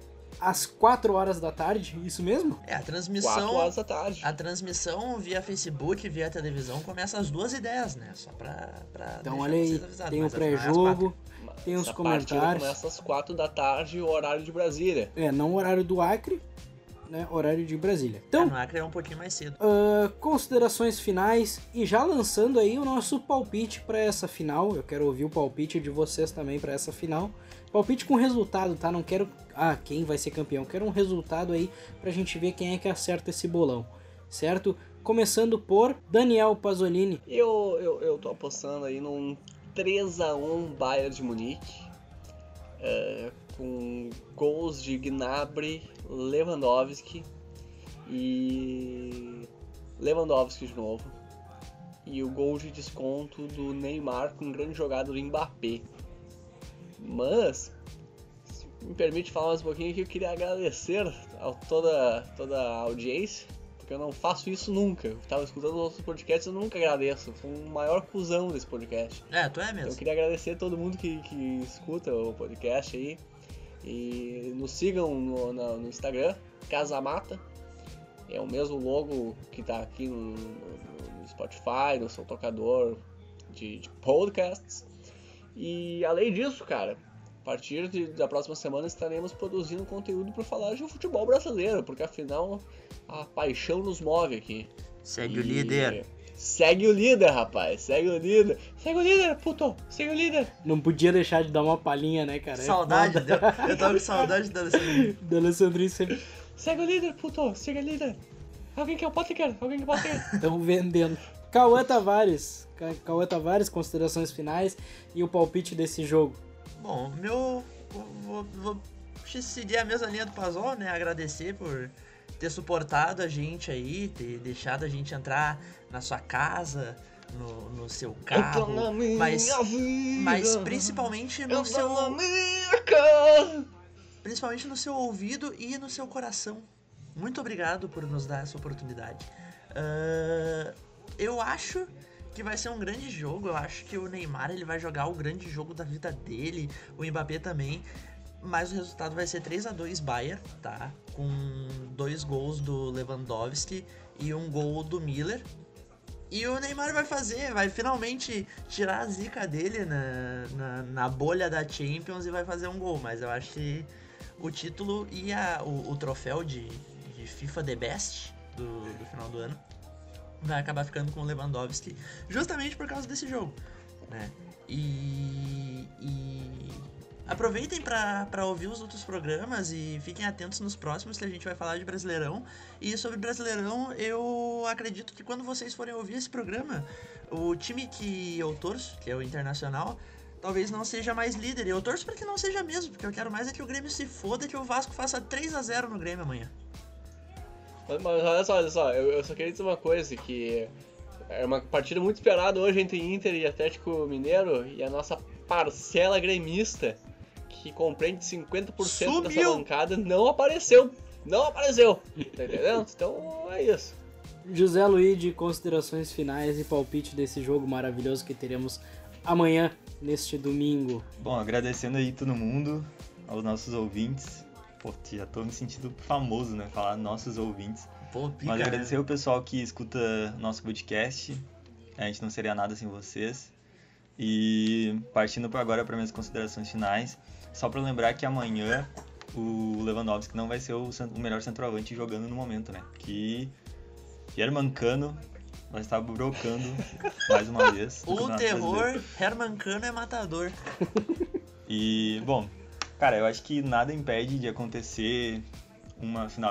às 4 horas da tarde, isso mesmo? A transmissão... 4 horas da tarde. A transmissão via Facebook, via televisão, começa às 2h10, né? Só pra então, olha aí, tem o mas pré-jogo, tem os comentários. Começa às 4 da tarde, o horário de Brasília. Não o horário do Acre, né? Horário de Brasília. Então, no Acre é um pouquinho mais cedo. Considerações finais e já lançando aí o nosso palpite para essa final. Eu quero ouvir o palpite de vocês também para essa final. Palpite com resultado, tá? Não quero quem vai ser campeão. Quero um resultado aí pra gente ver quem é que acerta esse bolão, certo? Começando por Daniel Pasolini. Eu tô apostando aí num 3-1 Bayern de Munique, com gols de Gnabry, Lewandowski e Lewandowski de novo, e o gol de desconto do Neymar com grande jogada do Mbappé. Mas, se me permite falar mais um pouquinho aqui, eu queria agradecer a toda a audiência, porque eu não faço isso nunca. Eu tava escutando outros podcasts e eu nunca agradeço. Sou o maior cuzão desse podcast. Tu é mesmo. Então, eu queria agradecer a todo mundo que escuta o podcast aí. E nos sigam no Instagram, Casamata. É o mesmo logo que tá aqui no Spotify, no seu tocador de podcasts. E além disso, cara, a partir da próxima semana estaremos produzindo conteúdo para falar de futebol brasileiro, porque afinal a paixão nos move aqui. Segue o líder. Segue o líder, rapaz. Segue o líder. Segue o líder, puto. Segue o líder. Não podia deixar de dar uma palhinha, né, cara? Saudade. Eu tava com saudade da Alessandrinho. Da Alessandrinho sempre. Segue o líder, puto. Segue o líder. Alguém quer o Potker? Alguém quer o Potker? Estão vendendo. Cauã Tavares, considerações finais e o palpite desse jogo. Bom, vou seguir a mesma linha do Pazol, né? Agradecer por ter suportado a gente aí, ter deixado a gente entrar na sua casa, no seu carro, mas principalmente no principalmente no seu ouvido e no seu coração. Muito obrigado por nos dar essa oportunidade. Eu acho que vai ser um grande jogo. Eu acho que o Neymar ele vai jogar o grande jogo da vida dele, o Mbappé também, mas o resultado vai ser 3-2 Bayern, tá? Com 2 gols do Lewandowski e 1 gol do Miller. E o Neymar vai finalmente tirar a zica dele na bolha da Champions e vai fazer um gol, mas eu acho que o título e o troféu de FIFA The Best do final do ano vai acabar ficando com o Lewandowski, justamente por causa desse jogo, né? E aproveitem para ouvir os outros programas e fiquem atentos nos próximos, que a gente vai falar de Brasileirão. E sobre Brasileirão, eu acredito que quando vocês forem ouvir esse programa, o time que eu torço, que é o Internacional, talvez não seja mais líder. E eu torço para que não seja mesmo, porque eu quero mais é que o Grêmio se foda e que o Vasco faça 3-0 no Grêmio amanhã. Mas olha só, eu só queria dizer uma coisa, que é uma partida muito esperada hoje entre Inter e Atlético Mineiro, e a nossa parcela gremista, que compreende 50% dessa bancada, não apareceu. Tá entendendo? Então é isso. José Luiz, de considerações finais e palpite desse jogo maravilhoso que teremos amanhã, neste domingo. Bom, agradecendo aí todo mundo, aos nossos ouvintes. Pô, já tô me sentindo famoso, né? Falar nossos ouvintes. Pô, pica, mas agradecer o pessoal que escuta nosso podcast. A gente não seria nada sem vocês. E partindo agora para minhas considerações finais, só para lembrar que amanhã o Lewandowski não vai ser o melhor centroavante jogando no momento, né? Que Herman Cano vai estar brocando mais uma vez. O terror, Herman Cano é matador. E, bom, cara, eu acho que nada impede de acontecer uma final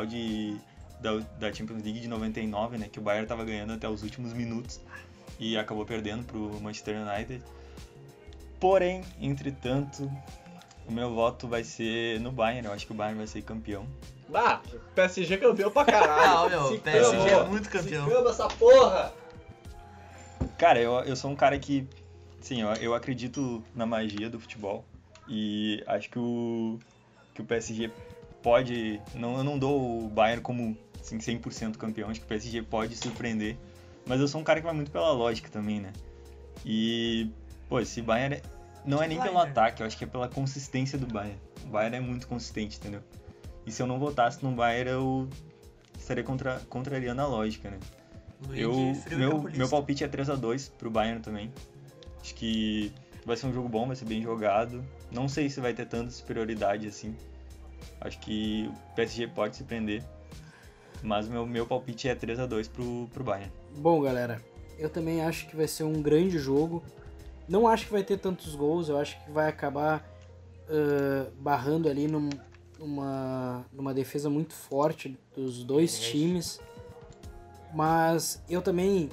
da Champions League de 99, né? Que o Bayern tava ganhando até os últimos minutos e acabou perdendo pro Manchester United. Porém, entretanto, o meu voto vai ser no Bayern. Eu acho que o Bayern vai ser campeão. PSG campeão pra caralho. O PSG é muito campeão. Se essa porra! Cara, eu sou um cara que, sim, eu acredito na magia do futebol. E acho que o PSG pode... eu não dou o Bayern como assim, 100% campeão. Acho que o PSG pode surpreender. Mas eu sou um cara que vai muito pela lógica também, né? E, pô, esse Bayern não é nem pelo ataque. Eu acho que é pela consistência do Bayern. O Bayern é muito consistente, entendeu? E se eu não votasse no Bayern, eu estaria contrariando a lógica, né? Meu palpite é 3-2 pro Bayern também. Acho que vai ser um jogo bom, vai ser bem jogado. Não sei se vai ter tanta superioridade assim. Acho que o PSG pode se prender. Mas meu palpite é 3-2 pro Bayern. Bom, galera, eu também acho que vai ser um grande jogo. Não acho que vai ter tantos gols. Eu acho que vai acabar barrando ali numa defesa muito forte dos dois times. Mas eu também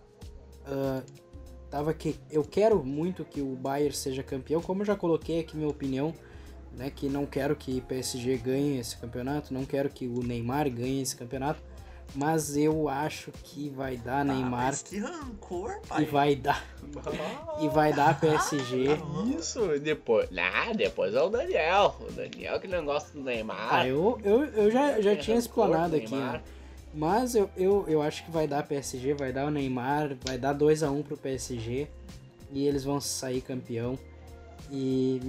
eu quero muito que o Bayern seja campeão, como eu já coloquei aqui minha opinião, né, que não quero que o PSG ganhe esse campeonato, não quero que o Neymar ganhe esse campeonato, mas eu acho que vai dar Neymar. Mas que rancor, pai. E vai dar PSG. Isso, depois é o Daniel que não gosta do Neymar. Eu já tinha explanado aqui, né? Mas eu acho que vai dar PSG, vai dar o Neymar, vai dar 2-1 pro PSG e eles vão sair campeão. E,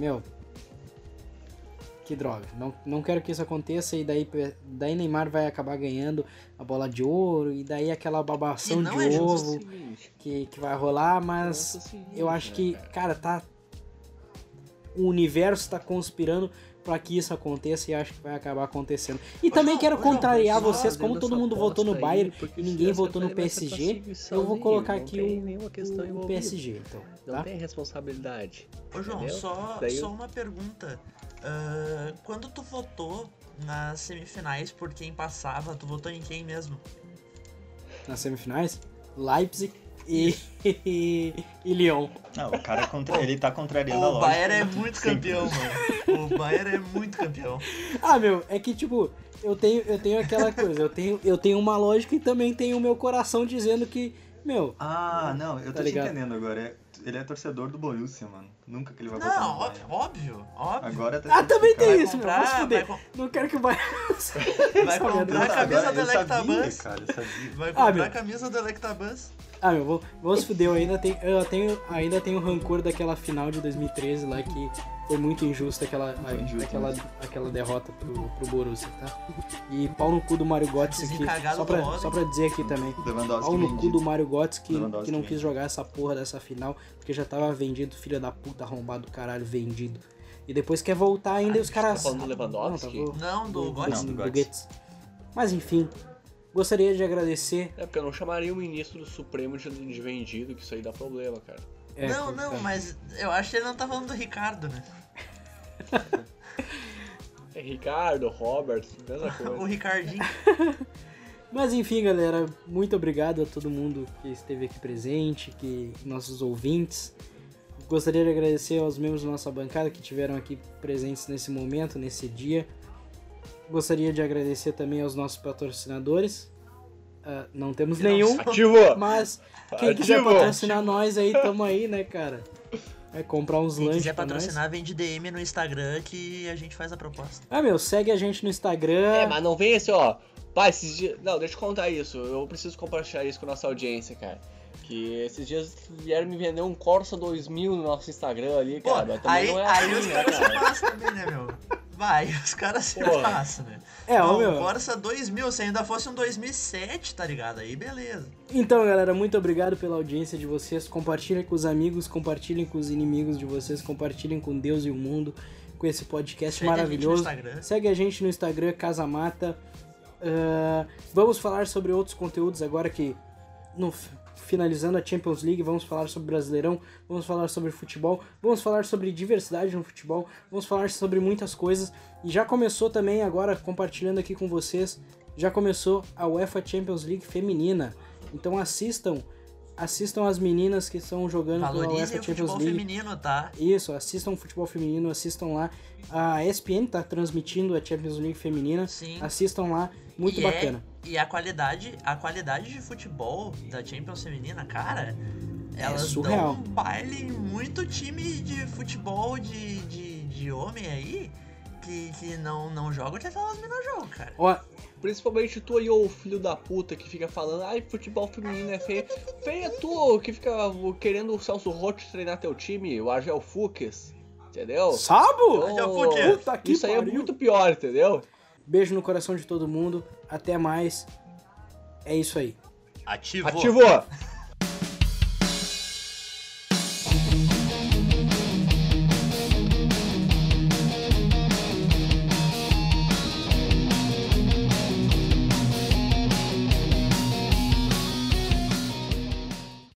que droga, não quero que isso aconteça e daí Neymar vai acabar ganhando a bola de ouro e daí aquela babação de ovo que vai rolar, mas eu acho que, cara, o universo tá conspirando para que isso aconteça e acho que vai acabar acontecendo. E também quero contrariar vocês, como todo mundo votou no Bayern e ninguém votou no PSG, eu vou colocar aqui o PSG, então. Não tem responsabilidade. Ô João, só uma pergunta. Quando tu votou nas semifinais por quem passava, tu votou em quem mesmo? Nas semifinais? Leipzig e Lyon. Não, o cara ele tá contrariando a lógica. O Bayern é muito campeão, mano. O Bayern é muito campeão. É que tipo, eu tenho aquela coisa, eu tenho uma lógica e também tenho o meu coração dizendo que, não, eu tô tá te ligado? entendendo agora. Ele é torcedor do Borussia, mano. Nunca que ele vai Não, votar no Bayern. óbvio. Agora tá também tem Vai isso, comprar, vamos fuder. vai Não quero que o Bayern... Vai comprar a camisa do Electabuzz. Eu sabia. Vai comprar a camisa do Electabuzz. Vamos fuder, eu ainda tenho rancor daquela final de 2013 lá que foi muito injusta aquela derrota pro Borussia, tá? E pau no cu do Mario Götze aqui, só pra dizer aqui também, pau no cu do Mario Götze que não quis jogar essa porra dessa final, porque já tava vendido, filho da puta, arrombado do caralho, vendido. E depois quer voltar ainda e os caras... Tá falando do Lewandowski? Não, do Götze. Mas enfim... Gostaria de agradecer... porque eu não chamaria o ministro do Supremo de vendido, que isso aí dá problema, cara. Mas eu acho que ele não tá falando do Ricardo, né? É Ricardo, Robert, mesma coisa. O Ricardinho. Mas enfim, galera, muito obrigado a todo mundo que esteve aqui presente, nossos ouvintes. Gostaria de agradecer aos membros da nossa bancada que estiveram aqui presentes nesse momento, nesse dia. Gostaria de agradecer também aos nossos patrocinadores. Não temos nenhum, mas quem quiser patrocinar nós aí, tamo aí, né, cara? Vai comprar uns lanches. Quem quiser patrocinar, vende DM no Instagram que a gente faz a proposta. Segue a gente no Instagram. Mas não vem esse, ó. Pai, esses dias... Não, deixa eu contar isso. Eu preciso compartilhar isso com a nossa audiência, cara. Que esses dias vieram me vender um Corsa 2000 no nosso Instagram ali, cara. Aí os caras se passam também, né, meu? Os caras se passam, né? O Corsa 2000, se ainda fosse um 2007, tá ligado? Aí beleza. Então, galera, muito obrigado pela audiência de vocês. Compartilhem com os amigos, compartilhem com os inimigos de vocês, compartilhem com Deus e o mundo, com esse podcast maravilhoso. Segue a gente no Instagram, Casamata. Vamos falar sobre outros conteúdos agora que... Finalizando a Champions League, vamos falar sobre Brasileirão, vamos falar sobre futebol, vamos falar sobre diversidade no futebol, vamos falar sobre muitas coisas. E já começou também, agora compartilhando aqui com vocês, já começou a UEFA Champions League feminina. Então assistam as meninas que estão jogando pela UEFA Champions League. Futebol feminino, tá? Isso, assistam o futebol feminino, assistam lá. A ESPN tá transmitindo a Champions League feminina. Sim. Assistam lá, muito bacana. E a qualidade de futebol da Champions feminina, cara, elas surreal. Dão um baile em muito time de futebol de homem aí que não joga o que aquelas minas jogam, cara. Principalmente tu aí, ô filho da puta, que fica falando, futebol feminino é feio. Feio é tu, que fica querendo o Celso Roth treinar teu time, o Argel Fux, entendeu? Sabo? Argel Fux. Isso aí é muito pior, entendeu? Beijo no coração de todo mundo. Até mais. É isso aí. Ativou! Ativou!